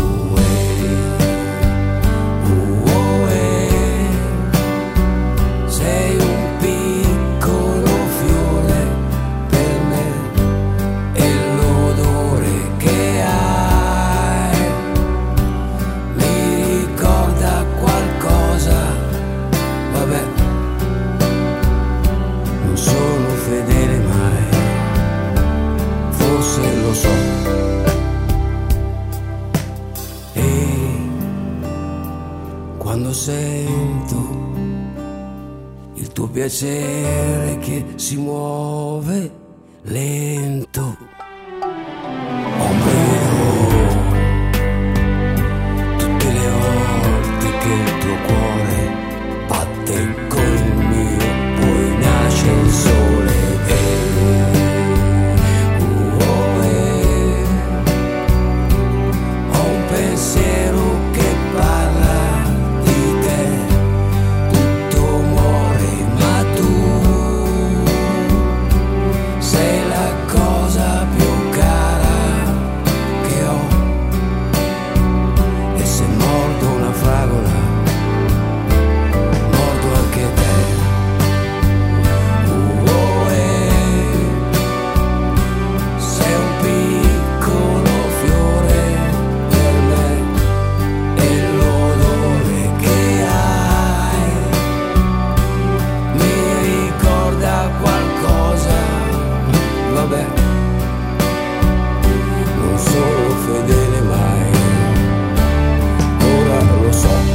Sei un piccolo fiore per me e l'odore che hai mi ricorda qualcosa. Vabbè, non sono fedele mai, forse lo so. E quando sento il tuo piacere che si muove lento, ho un brivido tutte le volte che il tuo cuore batte con il mio, poi nasce il sole ho un pensiero che parla di te, tutto muore ma tu sei la cosa più cara che ho, e se mordo una fragola mordo anche te. Sei un piccolo fiore per me e l'odore che hai mi ricorda qualcosa. Vabbè, non sono fedele mai, ora lo so.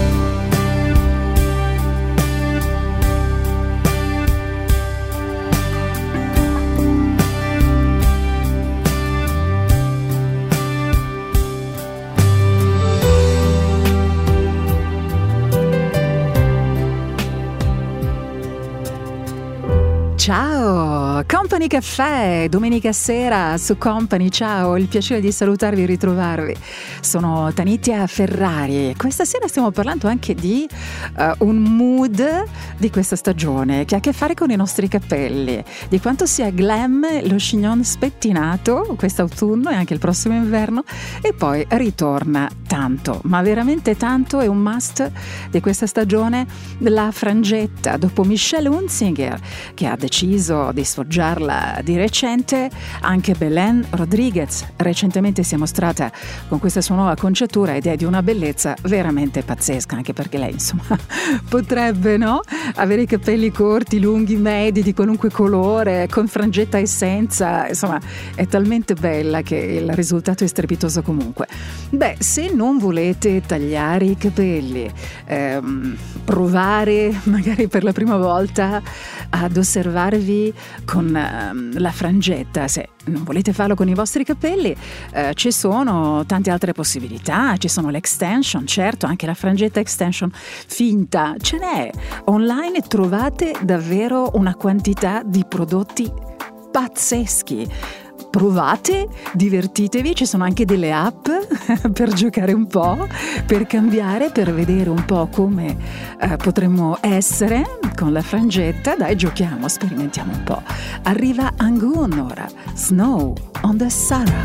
Ciao, Company Caffè, domenica sera su Company, ciao, il piacere di salutarvi e ritrovarvi. Sono Tanitia Ferrari. Questa sera stiamo parlando anche di un mood di questa stagione che ha a che fare con i nostri capelli, di quanto sia glam lo chignon spettinato quest'autunno e anche il prossimo inverno, e poi ritorna tanto, ma veramente tanto, è un must di questa stagione, la frangetta. Dopo Michelle Hunzinger, che ha deciso di sfoggiarla di recente, anche Belen Rodriguez recentemente si è mostrata con questa sua nuova conciatura ed è di una bellezza veramente pazzesca, anche perché lei insomma potrebbe, no, avere i capelli corti, lunghi, medi, di qualunque colore, con frangetta e senza, insomma è talmente bella che il risultato è strepitoso comunque. Beh, se non volete tagliare i capelli, provare magari per la prima volta ad osservarvi con la frangetta, se non volete farlo con i vostri capelli, ci sono tante altre possibilità, ci sono le extension, certo, anche la frangetta extension finta, ce n'è, online trovate davvero una quantità di prodotti pazzeschi. Provate, divertitevi, ci sono anche delle app per giocare un po', per cambiare, per vedere un po' come potremmo essere con la frangetta. Dai, giochiamo, sperimentiamo un po'. Arriva Angun ora, Snow on the Sahara.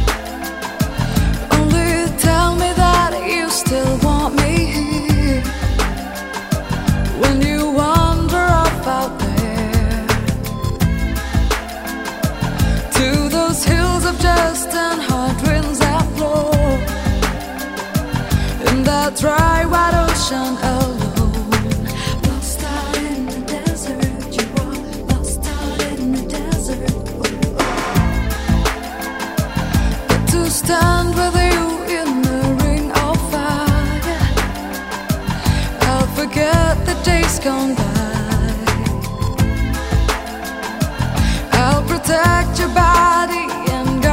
Only tell me that you still want me here when you wander off out there to those hills of dust and hard winds that blow in that dry white ocean alone. Lost out in the desert, you are lost out in the desert. But to stand with you in the ring of fire, I'll forget the days gone by. I'll protect your body and go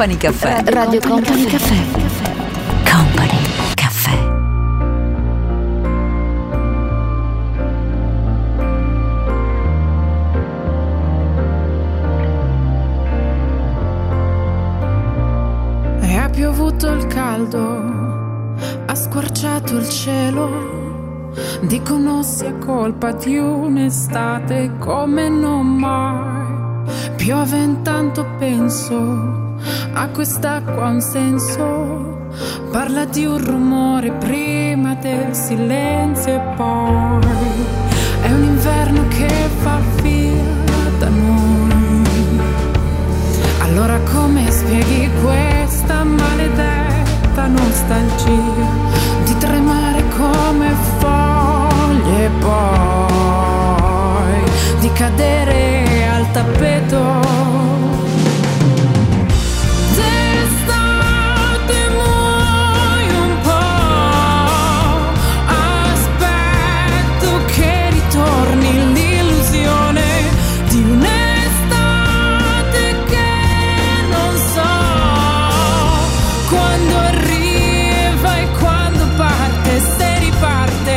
Company Caffè. Radio Company Caffè. Company Caffè. E ha piovuto il caldo, ha squarciato il cielo. Dicono sia colpa di un'estate come non mai. Piove intanto penso, a quest'acqua un senso. Parla di un rumore prima del silenzio e poi è un inverno che va via da noi. Allora come spieghi questa maledetta nostalgia di tremare come foglie e poi di cadere al tappeto? D'estate muoio un po', aspetto che ritorni l'illusione di un'estate che non so quando arriva e quando parte, se riparte.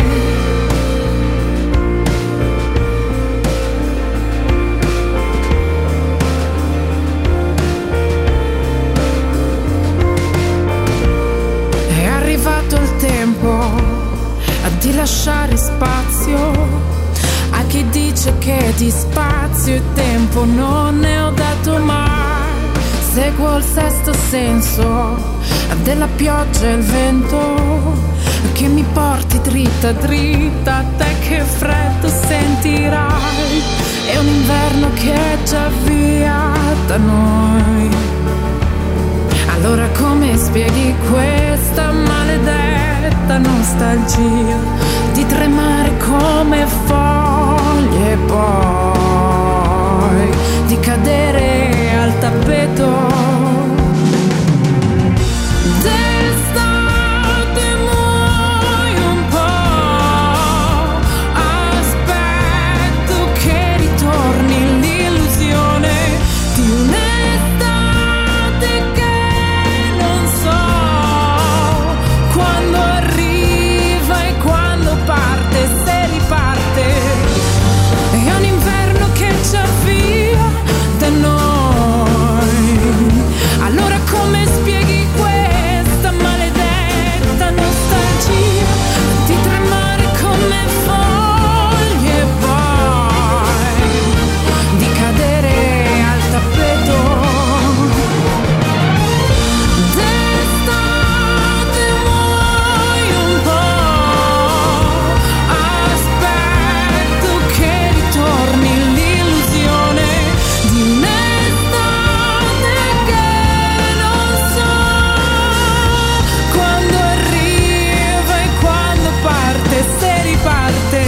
È arrivato il tempo di lasciare spazio a chi dice che di spazio e tempo non ne ho dato mai. Seguo il sesto senso della pioggia e il vento che mi porti dritta dritta, a te che freddo sentirai. È un inverno che è già via da noi. Allora come spieghi questa maledetta nostalgia di tremare come foglie e poi di cadere al tappeto? D'estate muoio un po', aspetto che ritorni l'illusione di un'estate che non so quando arriva e quando parte, se riparte. È un inverno che ci avvia da noi. Allora come spieghi questa maledetta nostalgia di tremare come foglie e poi di cadere al tappeto? D'estate muoio un po', aspetto che ritorni l'illusione di un'estate che non so quando arriva e quando parte, se riparte.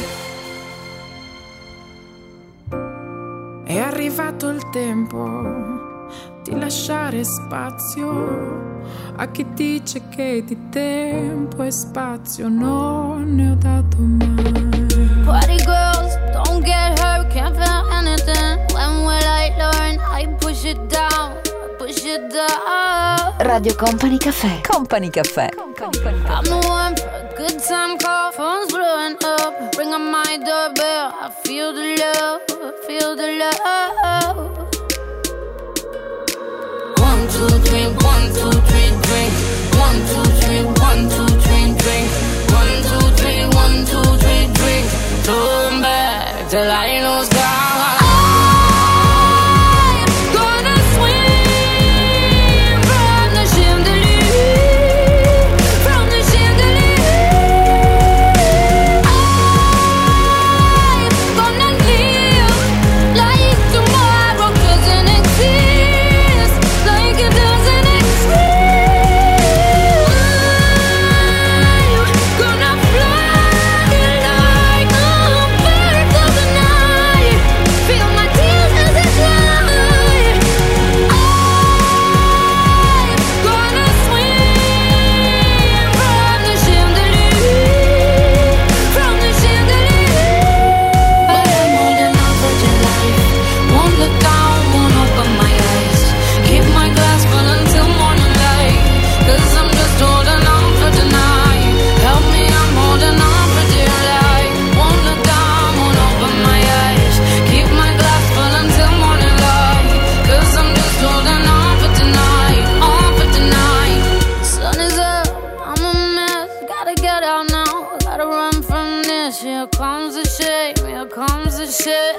È arrivato il tempo di lasciare spazio a chi dice che di tempo e spazio non ne ho dato mai. Party girls, don't get hurt, can't feel anything. When will I learn? I push it down, push it down. Radio Company Caffè. Company Caffè. I'm the one for a good time call, phone's blowing up. Ring on my doorbell, I feel the love, feel the love. 1, 2, 3, 1, 2, 3, drink. 1, 2, 3, 1, 2, 3, drink. 1, 2, 3, 1, 2, 3, drink. Turn back till I lose God. Like it doesn't exist. say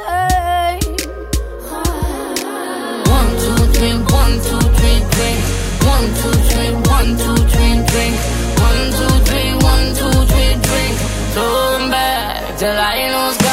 1, 2, 3, 1, 2, 3, drink. 1, 2, 3, 1, 2, 3, drink. 1, 2, 3, 1, 2, 3, drink. Turn back till I lose God.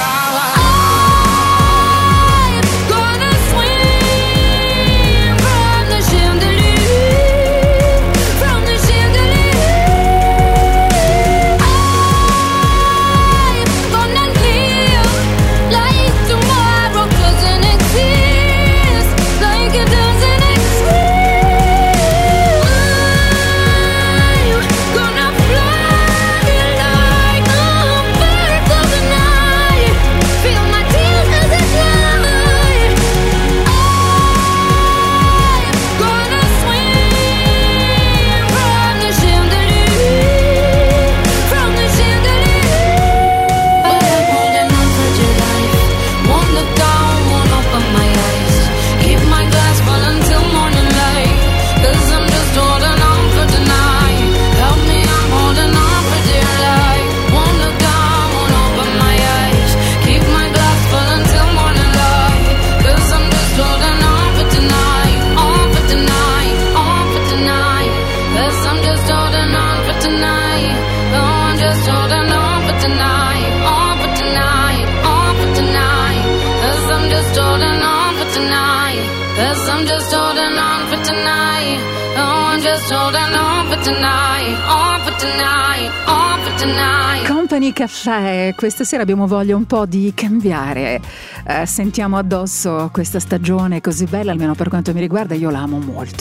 Company Caffè, questa sera abbiamo voglia un po' di cambiare, sentiamo addosso questa stagione così bella, almeno per quanto mi riguarda. Io la amo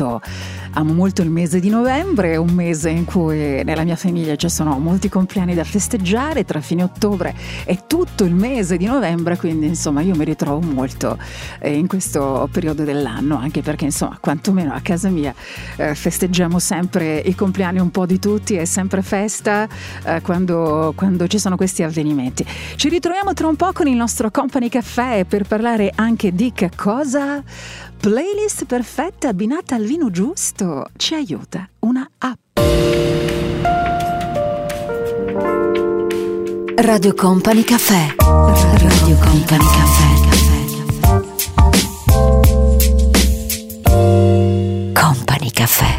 molto il mese di novembre, un mese in cui nella mia famiglia ci sono molti compleanni da festeggiare tra fine ottobre e tutto il mese di novembre, quindi insomma io mi ritrovo molto in questo periodo dell'anno, anche perché insomma quantomeno a casa mia festeggiamo sempre i compleanni un po' di tutti, è sempre festa quando ci sono questi avvenimenti. Ci ritroviamo tra un po' con il nostro Company Caffè per parlare anche di che cosa? Playlist perfetta abbinata al vino giusto. Ci aiuta una app. Radio Company Caffè. Radio Company Caffè. Company Caffè.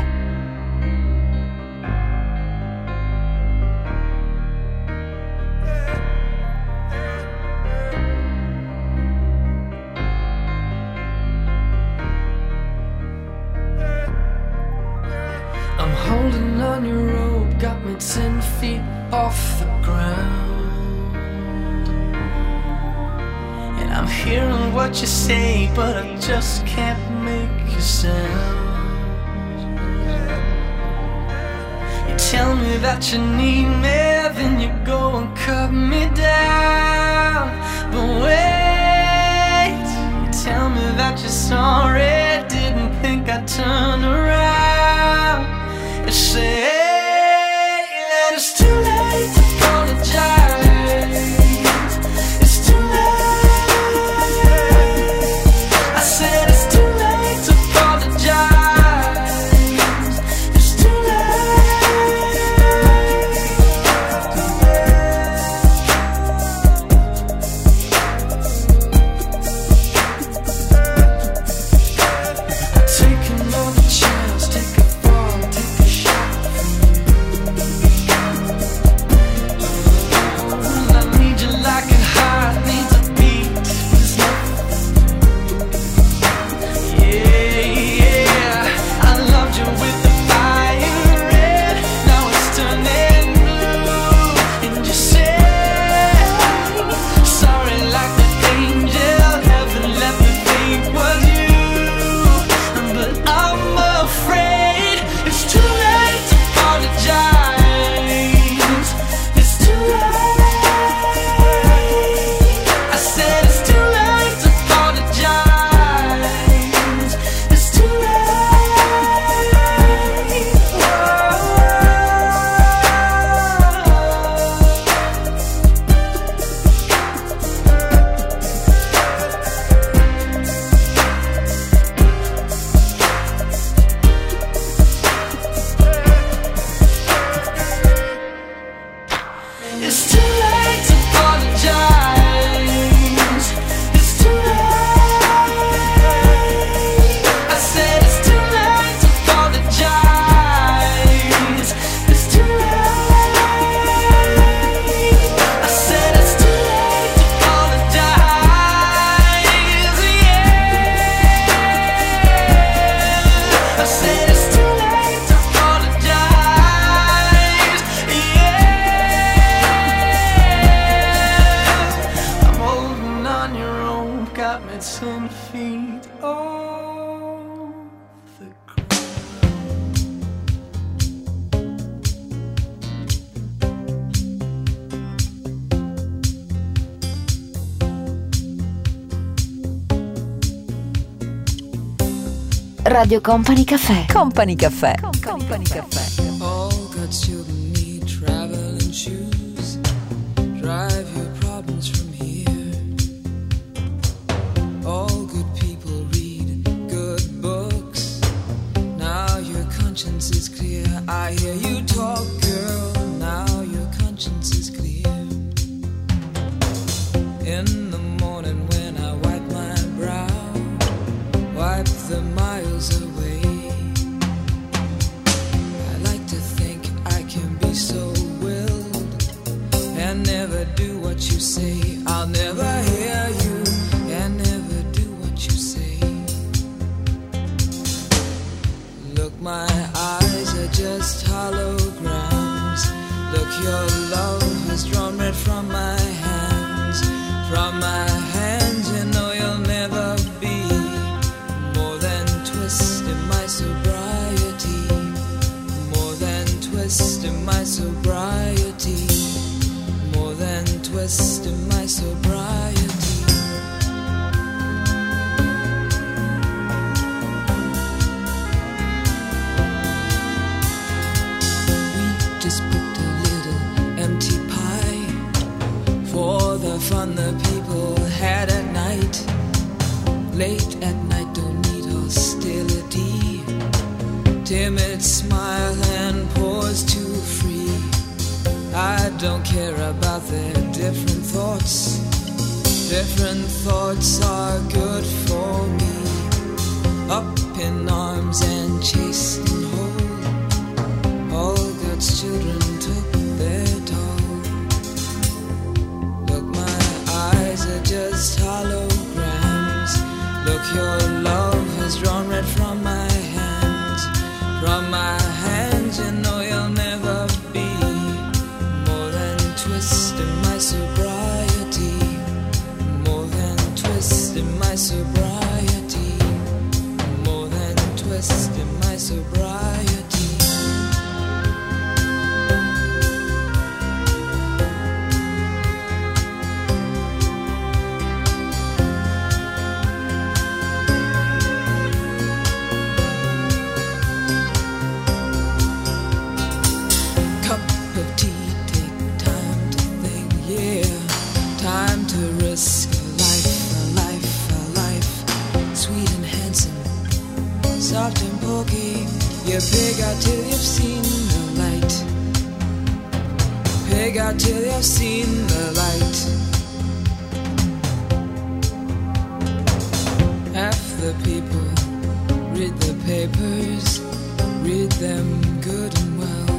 I'm holding on your rope, got me 10 feet off the ground. And I'm hearing what you say, but I just can't make you sound. You tell me that you need me, then you go and cut me down. But wait, you tell me that you're sorry, didn't think I'd turn around. You say that it's too late to apologize. It's too late. I said it's too late to apologize. It's too late. Take another chance, take a fall, take a shot from Radio Company Cafè. Company Cafè. Company Cafè. All God's children need traveling shoes. Drive your problems from here. All good people read good books. Now your conscience is clear. I hear you talk, girl. Now your conscience is clear. In the morning when I wipe my brow, wipe the miles away. I like to think I can be so willed and never do what you say. I'll never hear you and never do what you say. Look, my eyes are just holograms. Look, your love has drawn red from my hands. From my hands, you know you'll never be more than twist in my sobriety. More than twist in my sobriety. More than twist in my sobriety. We just booked a little empty pie for the fun the people had at night. Late at night, don't need hostility. Timid smile and pause too free. I don't care about their different thoughts. Different thoughts are good for me. Up in arms and chased and whole. All God's children took their toll. Look, my eyes are just holograms. Look, your love has drawn red from my hands. From my hands, you know you'll never be more than twist in my sobriety. More than twist in my sobriety. More than twist in my sobriety. Risk a life, sweet and handsome, soft and pokey. You pig out till you've seen the light. Pig out till you've seen the light. Half the people read the papers, read them good and well.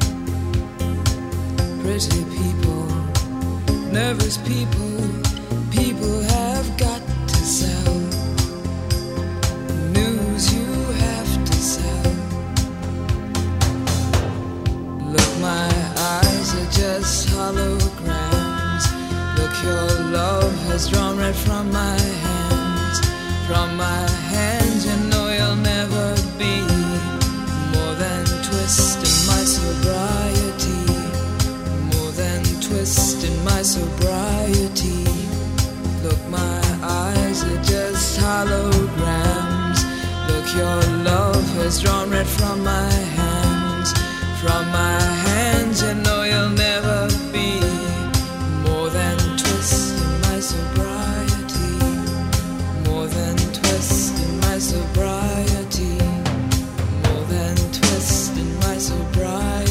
Pretty people, nervous people, people have got to sell. News you have to sell. Look, my eyes are just holograms. Look, your love has drawn red from my hands. From my hands, you know you'll never be more than twist in my sobriety. More than twist in my sobriety. Look, my eyes are just holograms. Look, your love has drawn red from my hands. From my hands, you know you'll never be more than twist in my sobriety. More than twist in my sobriety. More than twist in my sobriety.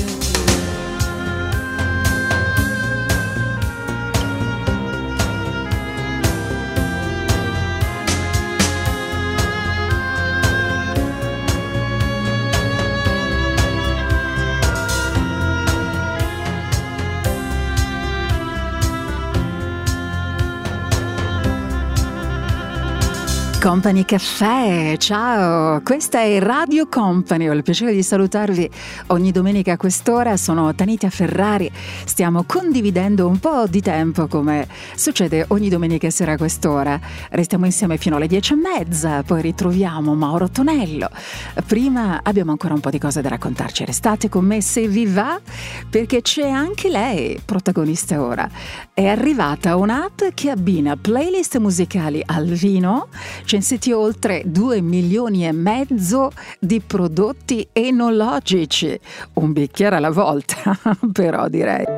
Company Cafè, ciao, questa è Radio Company, ho il piacere di salutarvi ogni domenica a quest'ora, sono Tanita Ferrari, stiamo condividendo un po' di tempo come succede ogni domenica sera a quest'ora, restiamo insieme fino alle 10:30, poi ritroviamo Mauro Tonello, prima abbiamo ancora un po' di cose da raccontarci, restate con me se vi va, perché c'è anche lei, protagonista ora, è arrivata un'app che abbina playlist musicali al vino, c'è censiti oltre 2,5 milioni di prodotti enologici, un bicchiere alla volta, però direi.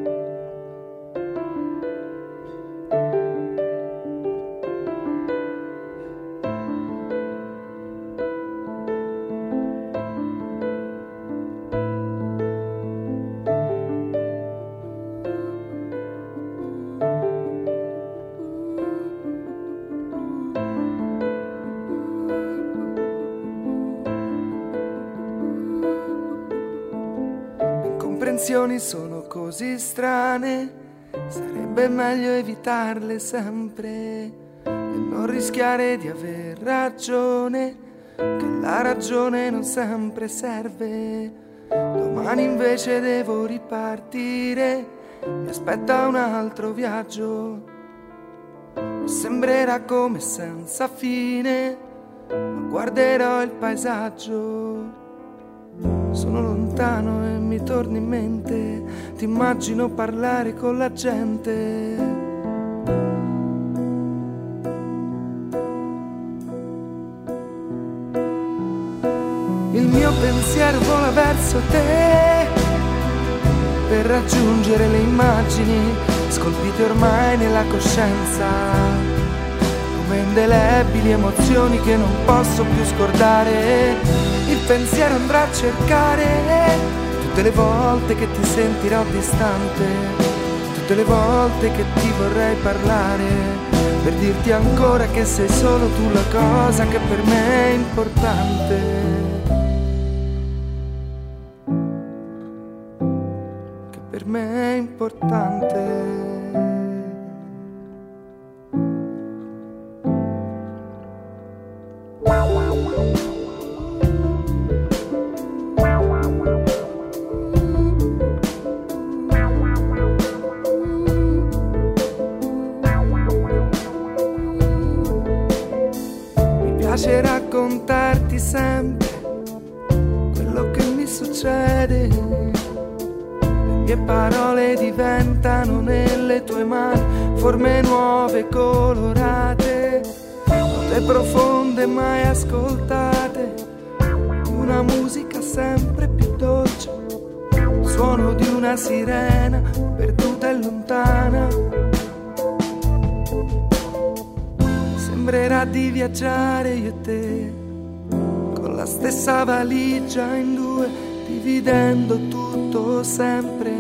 Sono così strane, sarebbe meglio evitarle sempre e non rischiare di aver ragione, che la ragione non sempre serve. Domani invece devo ripartire, mi aspetta un altro viaggio, sembrerà come senza fine, ma guarderò il paesaggio. Sono lontano e mi torni in mente, ti immagino parlare con la gente. Il mio pensiero vola verso te per raggiungere le immagini scolpite ormai nella coscienza, come indelebili emozioni che non posso più scordare. Il pensiero andrà a cercare tutte le volte che ti sentirò distante, tutte le volte che ti vorrei parlare, per dirti ancora che sei solo tu la cosa che per me è importante. Che per me è importante. Raccontarti sempre quello che mi succede, le mie parole diventano nelle tue mani forme nuove e colorate, note profonde mai ascoltate, una musica sempre più dolce, il suono di una sirena perduta e lontana. Sembrerà di viaggiare io e te con la stessa valigia in due, dividendo tutto sempre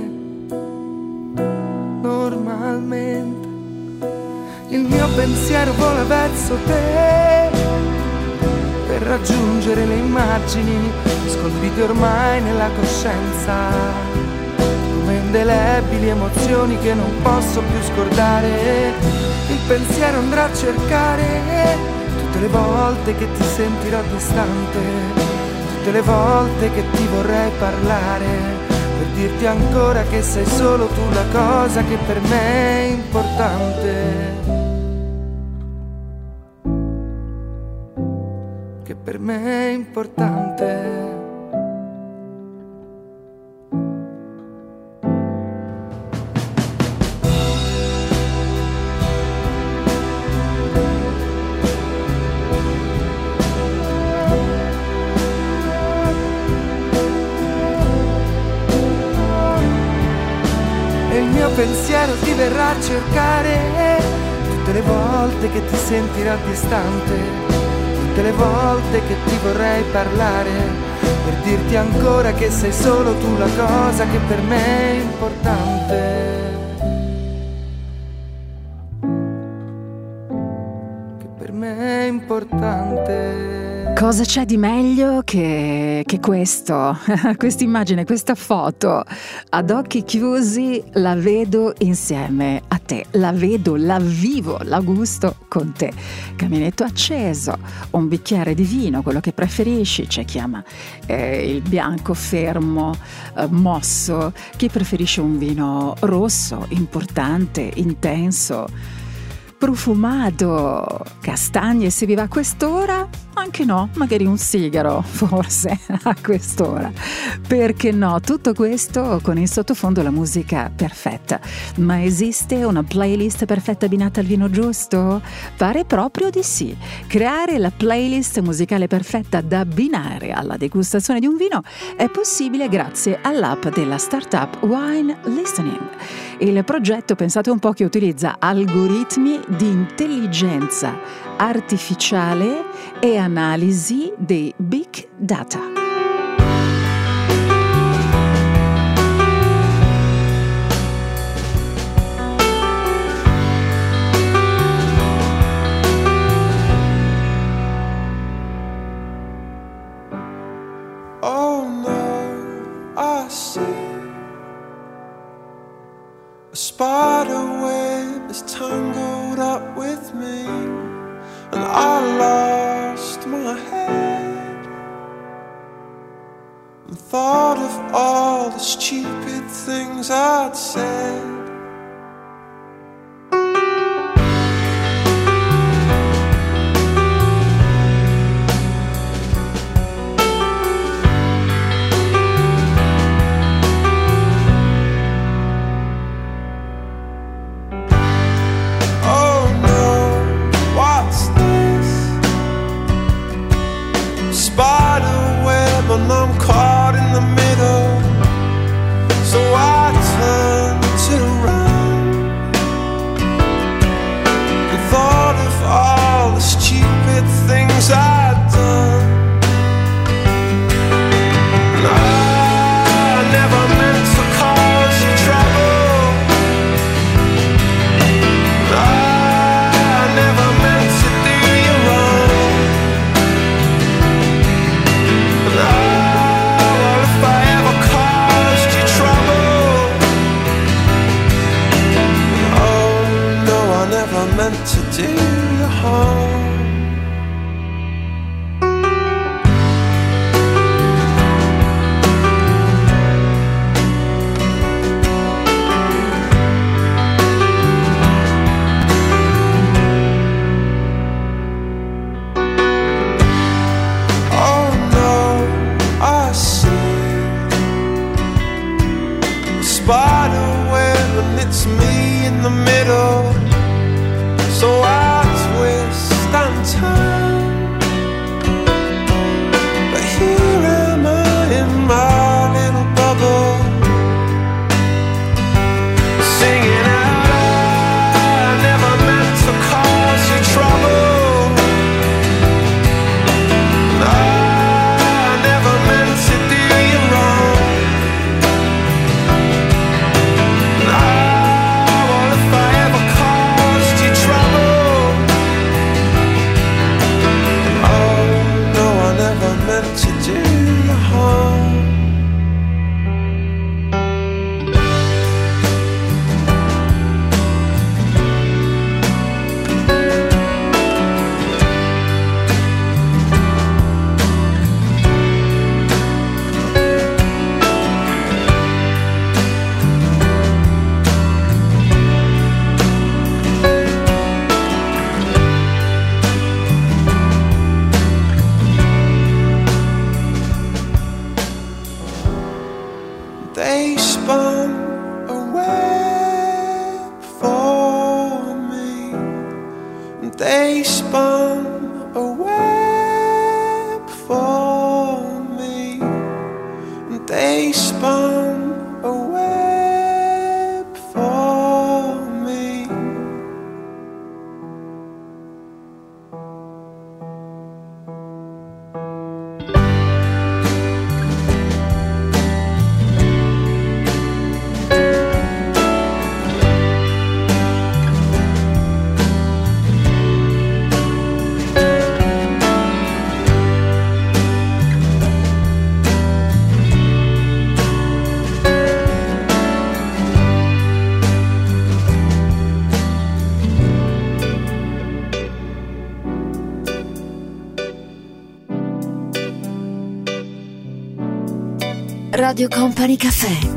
normalmente. Il mio pensiero vola verso te per raggiungere le immagini scolpite ormai nella coscienza, come indelebili emozioni che non posso più scordare. Il pensiero andrà a cercare tutte le volte che ti sentirò distante, tutte le volte che ti vorrei parlare, per dirti ancora che sei solo tu la cosa che per me è importante. Che per me è importante. Pensiero ti verrà a cercare tutte le volte che ti sentirò distante, tutte le volte che ti vorrei parlare, per dirti ancora che sei solo tu la cosa che per me è importante. Che per me è importante. Cosa c'è di meglio che questo? Questa immagine, questa foto, ad occhi chiusi la vedo insieme a te, la vedo, la vivo, la gusto con te. Caminetto acceso, un bicchiere di vino, quello che preferisci, c'è chi ama il bianco fermo, mosso, chi preferisce un vino rosso, importante, intenso, profumato, castagne se vi va a quest'ora, anche no, magari un sigaro forse a quest'ora, perché no? Tutto questo con in sottofondo la musica perfetta. Ma esiste una playlist perfetta abbinata al vino giusto? Pare proprio di sì. Creare la playlist musicale perfetta da abbinare alla degustazione di un vino è possibile grazie all'app della startup Wine Listening. Il progetto, pensate un po', che utilizza algoritmi di intelligenza artificiale e analisi dei big data. Oh no, I see a spider web is tangled up with me, and I lost my head and thought of all the stupid things I'd said. And I'm caught in the middle, so I turn to run and thought of all the stupid things I'd done. And I never meant to cause you trouble, and I never meant to do you wrong, and if I ever caused you trouble, oh no, I never meant to do you harm. Spider web and it's me in the middle, so I twist and turn, but here am I in my little bubble, singing out I never meant to cause you trouble, and I never meant to do you wrong. To do you harm. They spun a web for me, they spun a web for me, they spun a web for me. Radio Company Cafè.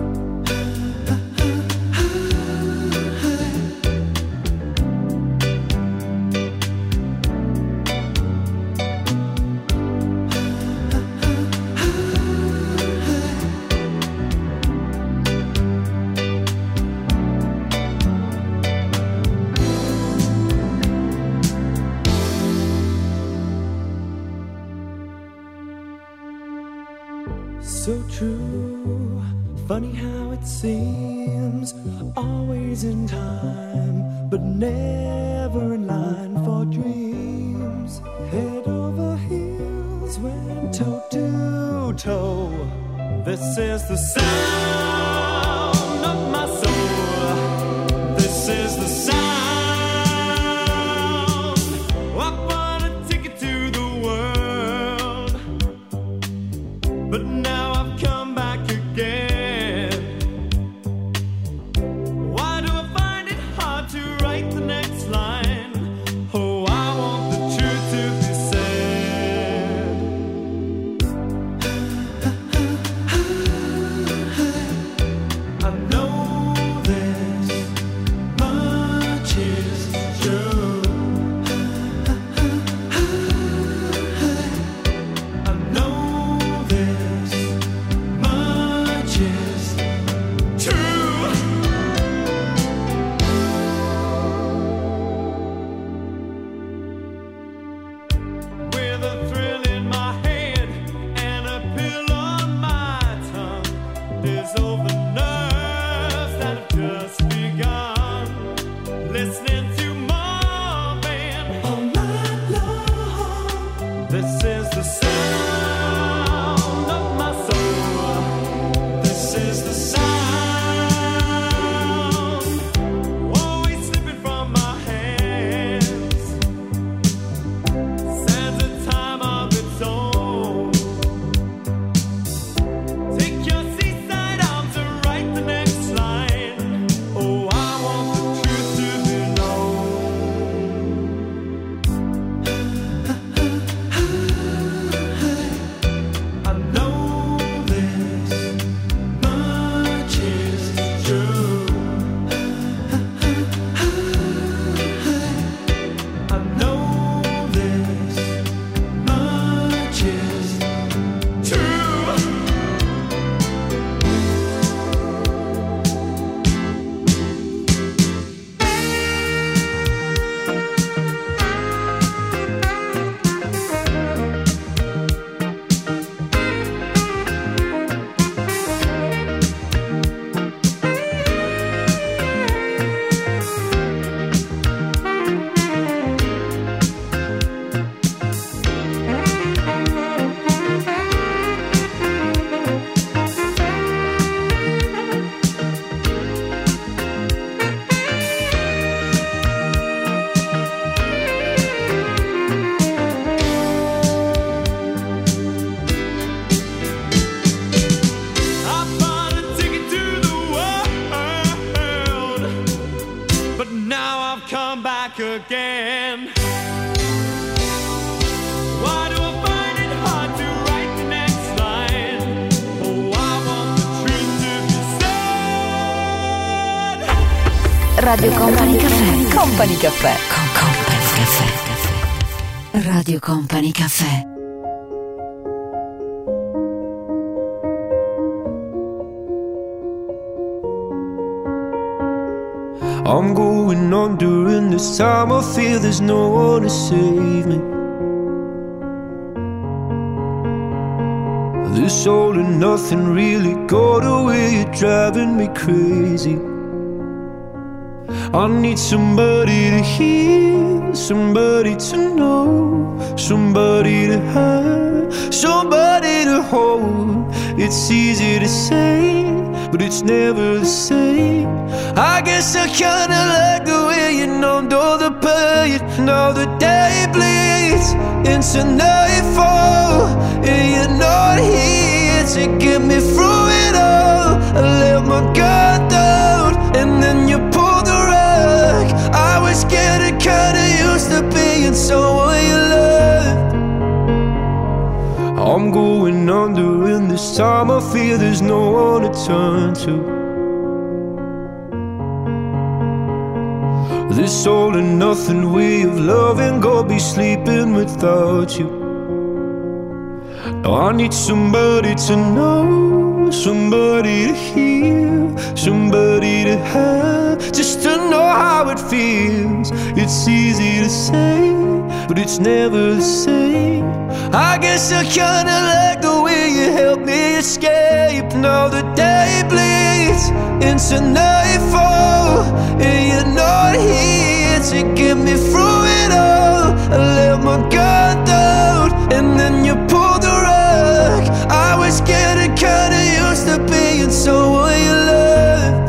how it seems, always in time, but never in line for dreams. Head over heels, went toe to toe. This is the sound of my soul. This is the sound. I bought a ticket to the world, but now I've come back again. Why do I find it hard to write the next line? Oh, I want the truth to be said. I know this much is true. I know this much is true. With a thrill in my head and a pill on my tongue, dissolve the nerves that have just begun. Listening to Marvin all night long. This is the sound of my soul. This is the sound. Always slipping from my hands. Sands a time of its own. Take your seaside arms and write the next line. Oh, I want the truth to be known. I know this much is true. I know this much is true. I bought a ticket to the world, but now I've come back again. Why do I find it hard to write the next line? Oh, I want the truth to be said. Radio Company Caffè. Company Caffè. Company Caffè. Radio Company Caffè. I'm going on during this time. I feel there's no one to save me. This all and nothing really got away. You're driving me crazy. I need somebody to hear, somebody to know, somebody to have, somebody to hold. It's easy to say, but it's never the same. I guess I kinda like the way you numbed all the pain. Now the day bleeds into nightfall, and you're not here to get me through it all. I let my guard down, and then you pulled the rug. I was getting kinda used to being someone you loved. I'm going under, and this time I feel there's no one to turn to. This all and nothing way of loving, go be sleeping without you. Now I need somebody to know, somebody to hear, somebody to have, just to know how it feels. It's easy to say, but it's never the same. I guess I kinda like the way you help me escape. Now the day bleeds into nightfall, and you're not here to get me through it all. I let my guard down, and then you pulled the rug. I was getting kinda used to being someone you loved,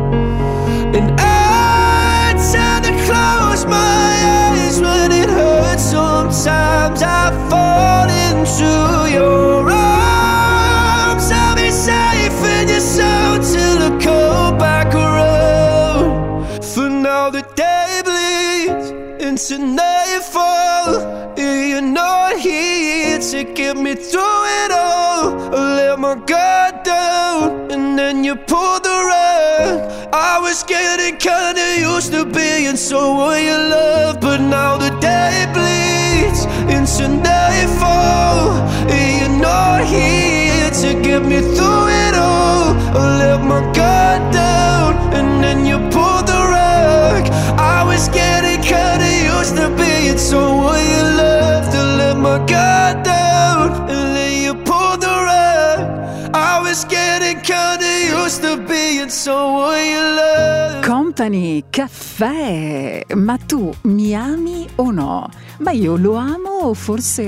and I tend to close my eyes when it hurts. Sometimes I fall into your arms. I'll be safe in your soul till I come back around. For now the day bleeds into nightfall, and you're not here to get me through it all. I let my guard down, and then you pulled the rug. I was getting kinda used to being someone you love, but now the day bleeds into nightfall, and you're not here to get me through it all. I let my guard down, and then you pulled the rug. I was getting kinda used to being someone you loved. I let my guard down, and then you pulled the rug. I was getting kinda used to being someone you loved. Company Caffè, ma tu mi ami o no? Ma io lo amo o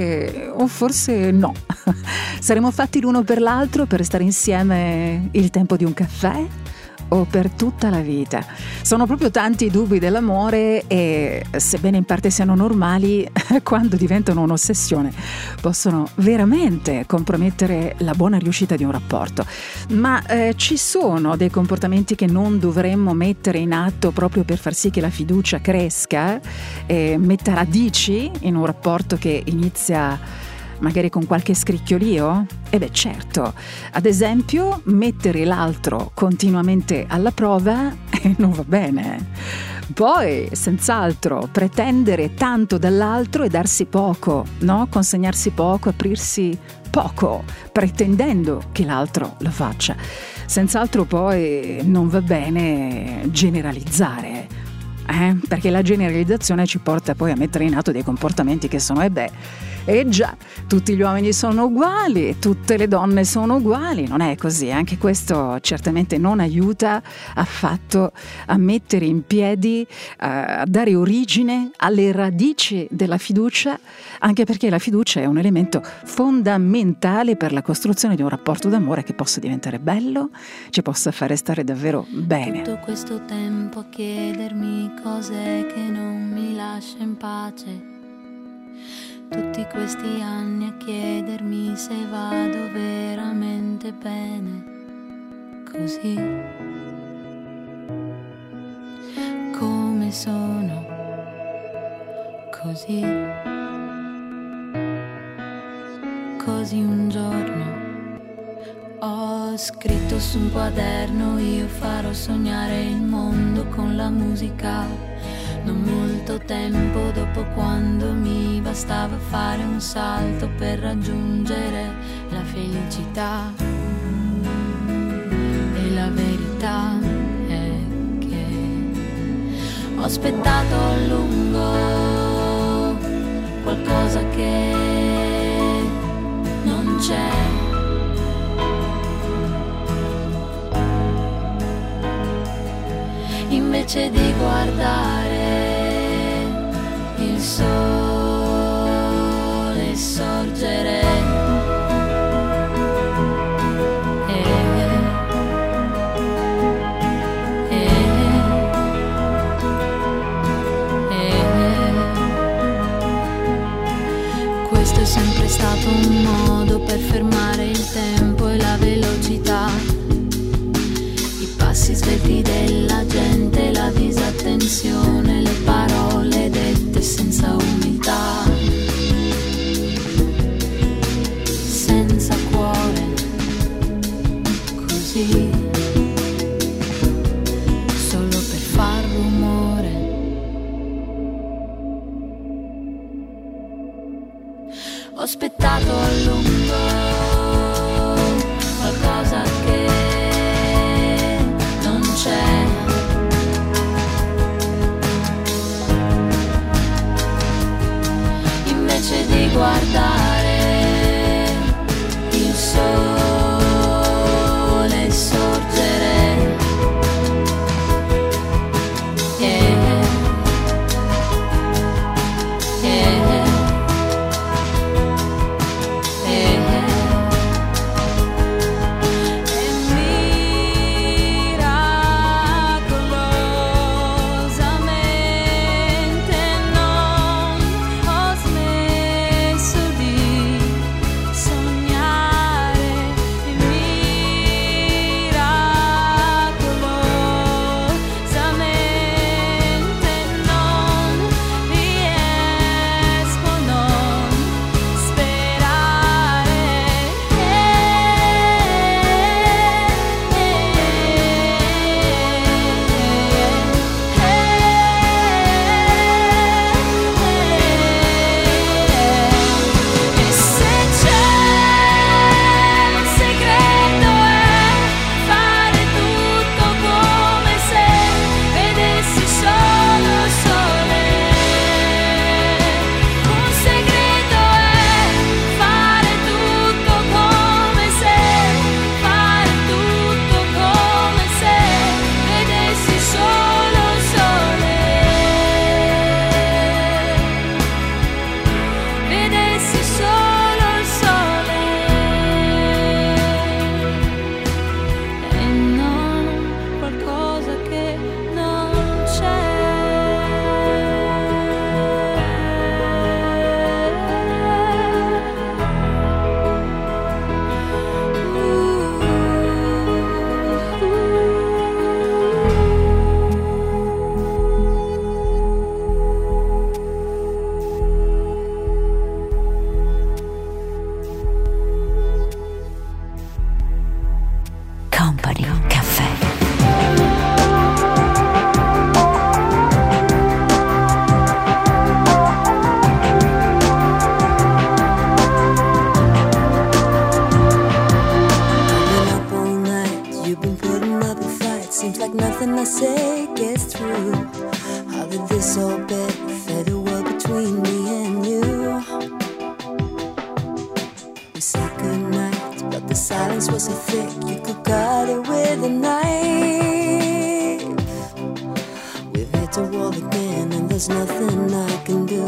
forse no. Saremo fatti l'uno per l'altro per stare insieme il tempo di un caffè? O per tutta la vita? Sono proprio tanti i dubbi dell'amore e, sebbene in parte siano normali, quando diventano un'ossessione possono veramente compromettere la buona riuscita di un rapporto. Ma ci sono dei comportamenti che non dovremmo mettere in atto proprio per far sì che la fiducia cresca e metta radici in un rapporto che inizia magari con qualche scricchiolio? E beh, certo. Ad esempio, mettere l'altro continuamente alla prova non va bene. Poi, senz'altro, pretendere tanto dall'altro e darsi poco, no? Consegnarsi poco, aprirsi poco, pretendendo che l'altro lo faccia. Senz'altro poi non va bene generalizzare. Perché la generalizzazione ci porta poi a mettere in atto dei comportamenti che sono già, tutti gli uomini sono uguali, tutte le donne sono uguali. Non è così, anche questo certamente non aiuta affatto a mettere in piedi, a dare origine alle radici della fiducia, anche perché la fiducia è un elemento fondamentale per la costruzione di un rapporto d'amore che possa diventare bello, ci possa fare stare davvero bene. Tutto questo tempo a chiedermi cose che non mi lascia in pace, tutti questi anni a chiedermi se vado veramente bene, così come sono, così un giorno ho scritto su un quaderno: io farò sognare il mondo con la musica. Non molto tempo dopo, quando mi bastava fare un salto per raggiungere la felicità. E la verità è che ho aspettato a lungo qualcosa che non c'è. Invece di guardare il sole sorgere, questo è sempre stato un modo per fermare il tempo e la velocità, i passi svelti della gente, la disattenzione, le parole dette senza umiltà, senza cuore, così, solo per far rumore. Ho aspettato a lungo qualcosa che non c'è. Invece di guardare il sole sorgere, seems like nothing I say gets through. How did this all benefit a world between me and you? We said goodnight, but the silence was so thick you could cut it with a knife. We've hit a wall again and there's nothing I can do.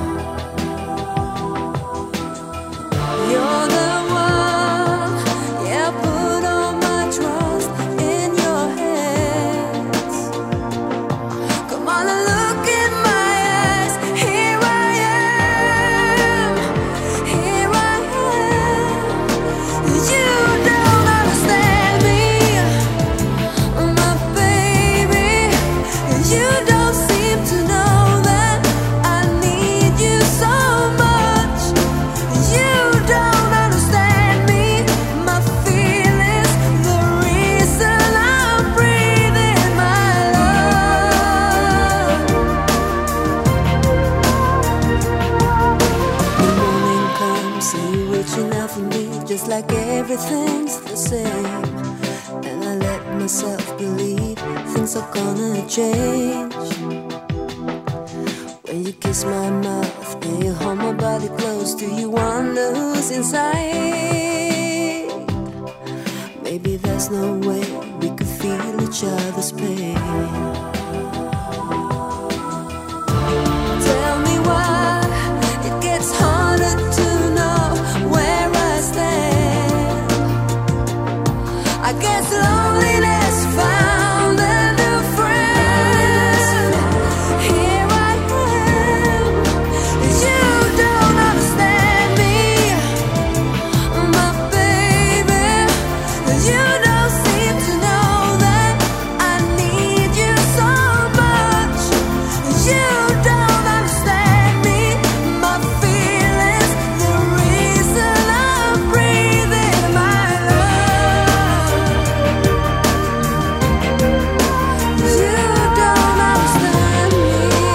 You're the one, yeah, put all my trust in your hands. Come on and look in my eyes. Here I am, here I am. You don't understand me, my baby. You don't seem to know that I need you so much. You don't understand me, my feelings, the reason I'm breathing my love. The morning comes and you reaching out for me, just like everything's the same. And I let myself believe things are gonna change. When you kiss my mouth and you hold my body close, do you wonder who's inside? Maybe there's no way we could feel each other's pain. Tell me why it gets harder to know where I stand. I guess loneliness found a new friend. Here I am. You don't understand me, my baby. You don't seem to know that I need you so much. You don't understand me, my feelings, the reason I'm breathing my love. You don't understand me.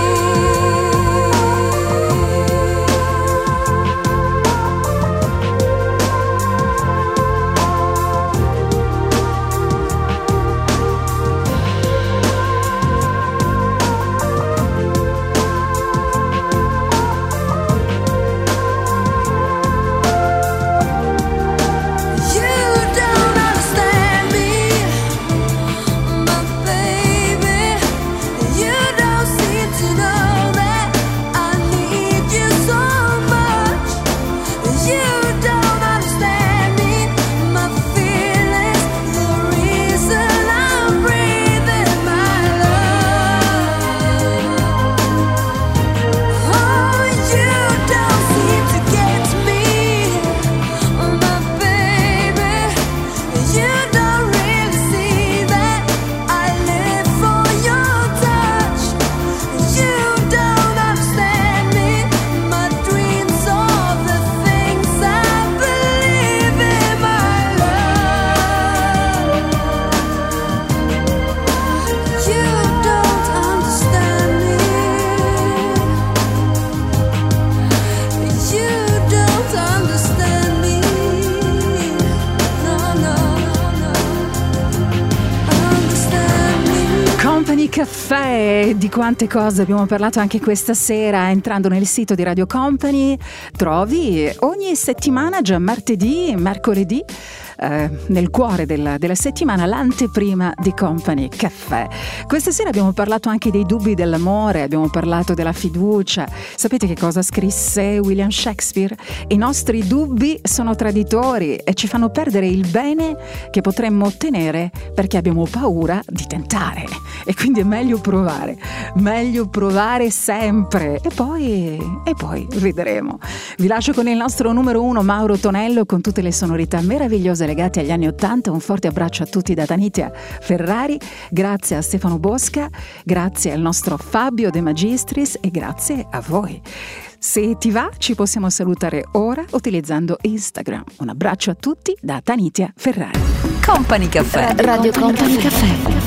You don't understand me, my baby. You don't seem to know that I need you so much. You don't understand me, my feelings, the reason I'm breathing my love. Oh, you don't seem to get me, my baby. You don't really see that I live for your touch. You don't understand me, my dreams, all the things I believe in, my love. You don't understand me. You don't understand me. No, no, no. Understand me. Company Caffè, di quante cose abbiamo parlato anche questa sera. Entrando nel sito di Radio Company trovi ogni settimana, già martedì, mercoledì, nel cuore della settimana, l'anteprima di Company Caffè. Questa sera abbiamo parlato anche dei dubbi dell'amore, abbiamo parlato della fiducia. Sapete che cosa scrisse William Shakespeare? I nostri dubbi sono traditori e ci fanno perdere il bene che potremmo ottenere perché abbiamo paura di tentare. E quindi è meglio provare sempre e poi vedremo. Vi lascio con il nostro numero 1 Mauro Tonello, con tutte le sonorità meravigliose legate agli anni '80. Un forte abbraccio a tutti da Tanitia Ferrari, grazie a Stefano Bosca, grazie al nostro Fabio De Magistris e grazie a voi. Se ti va ci possiamo salutare ora utilizzando Instagram. Un abbraccio a tutti da Tanitia Ferrari. Company Caffè. Radio Company Caffè.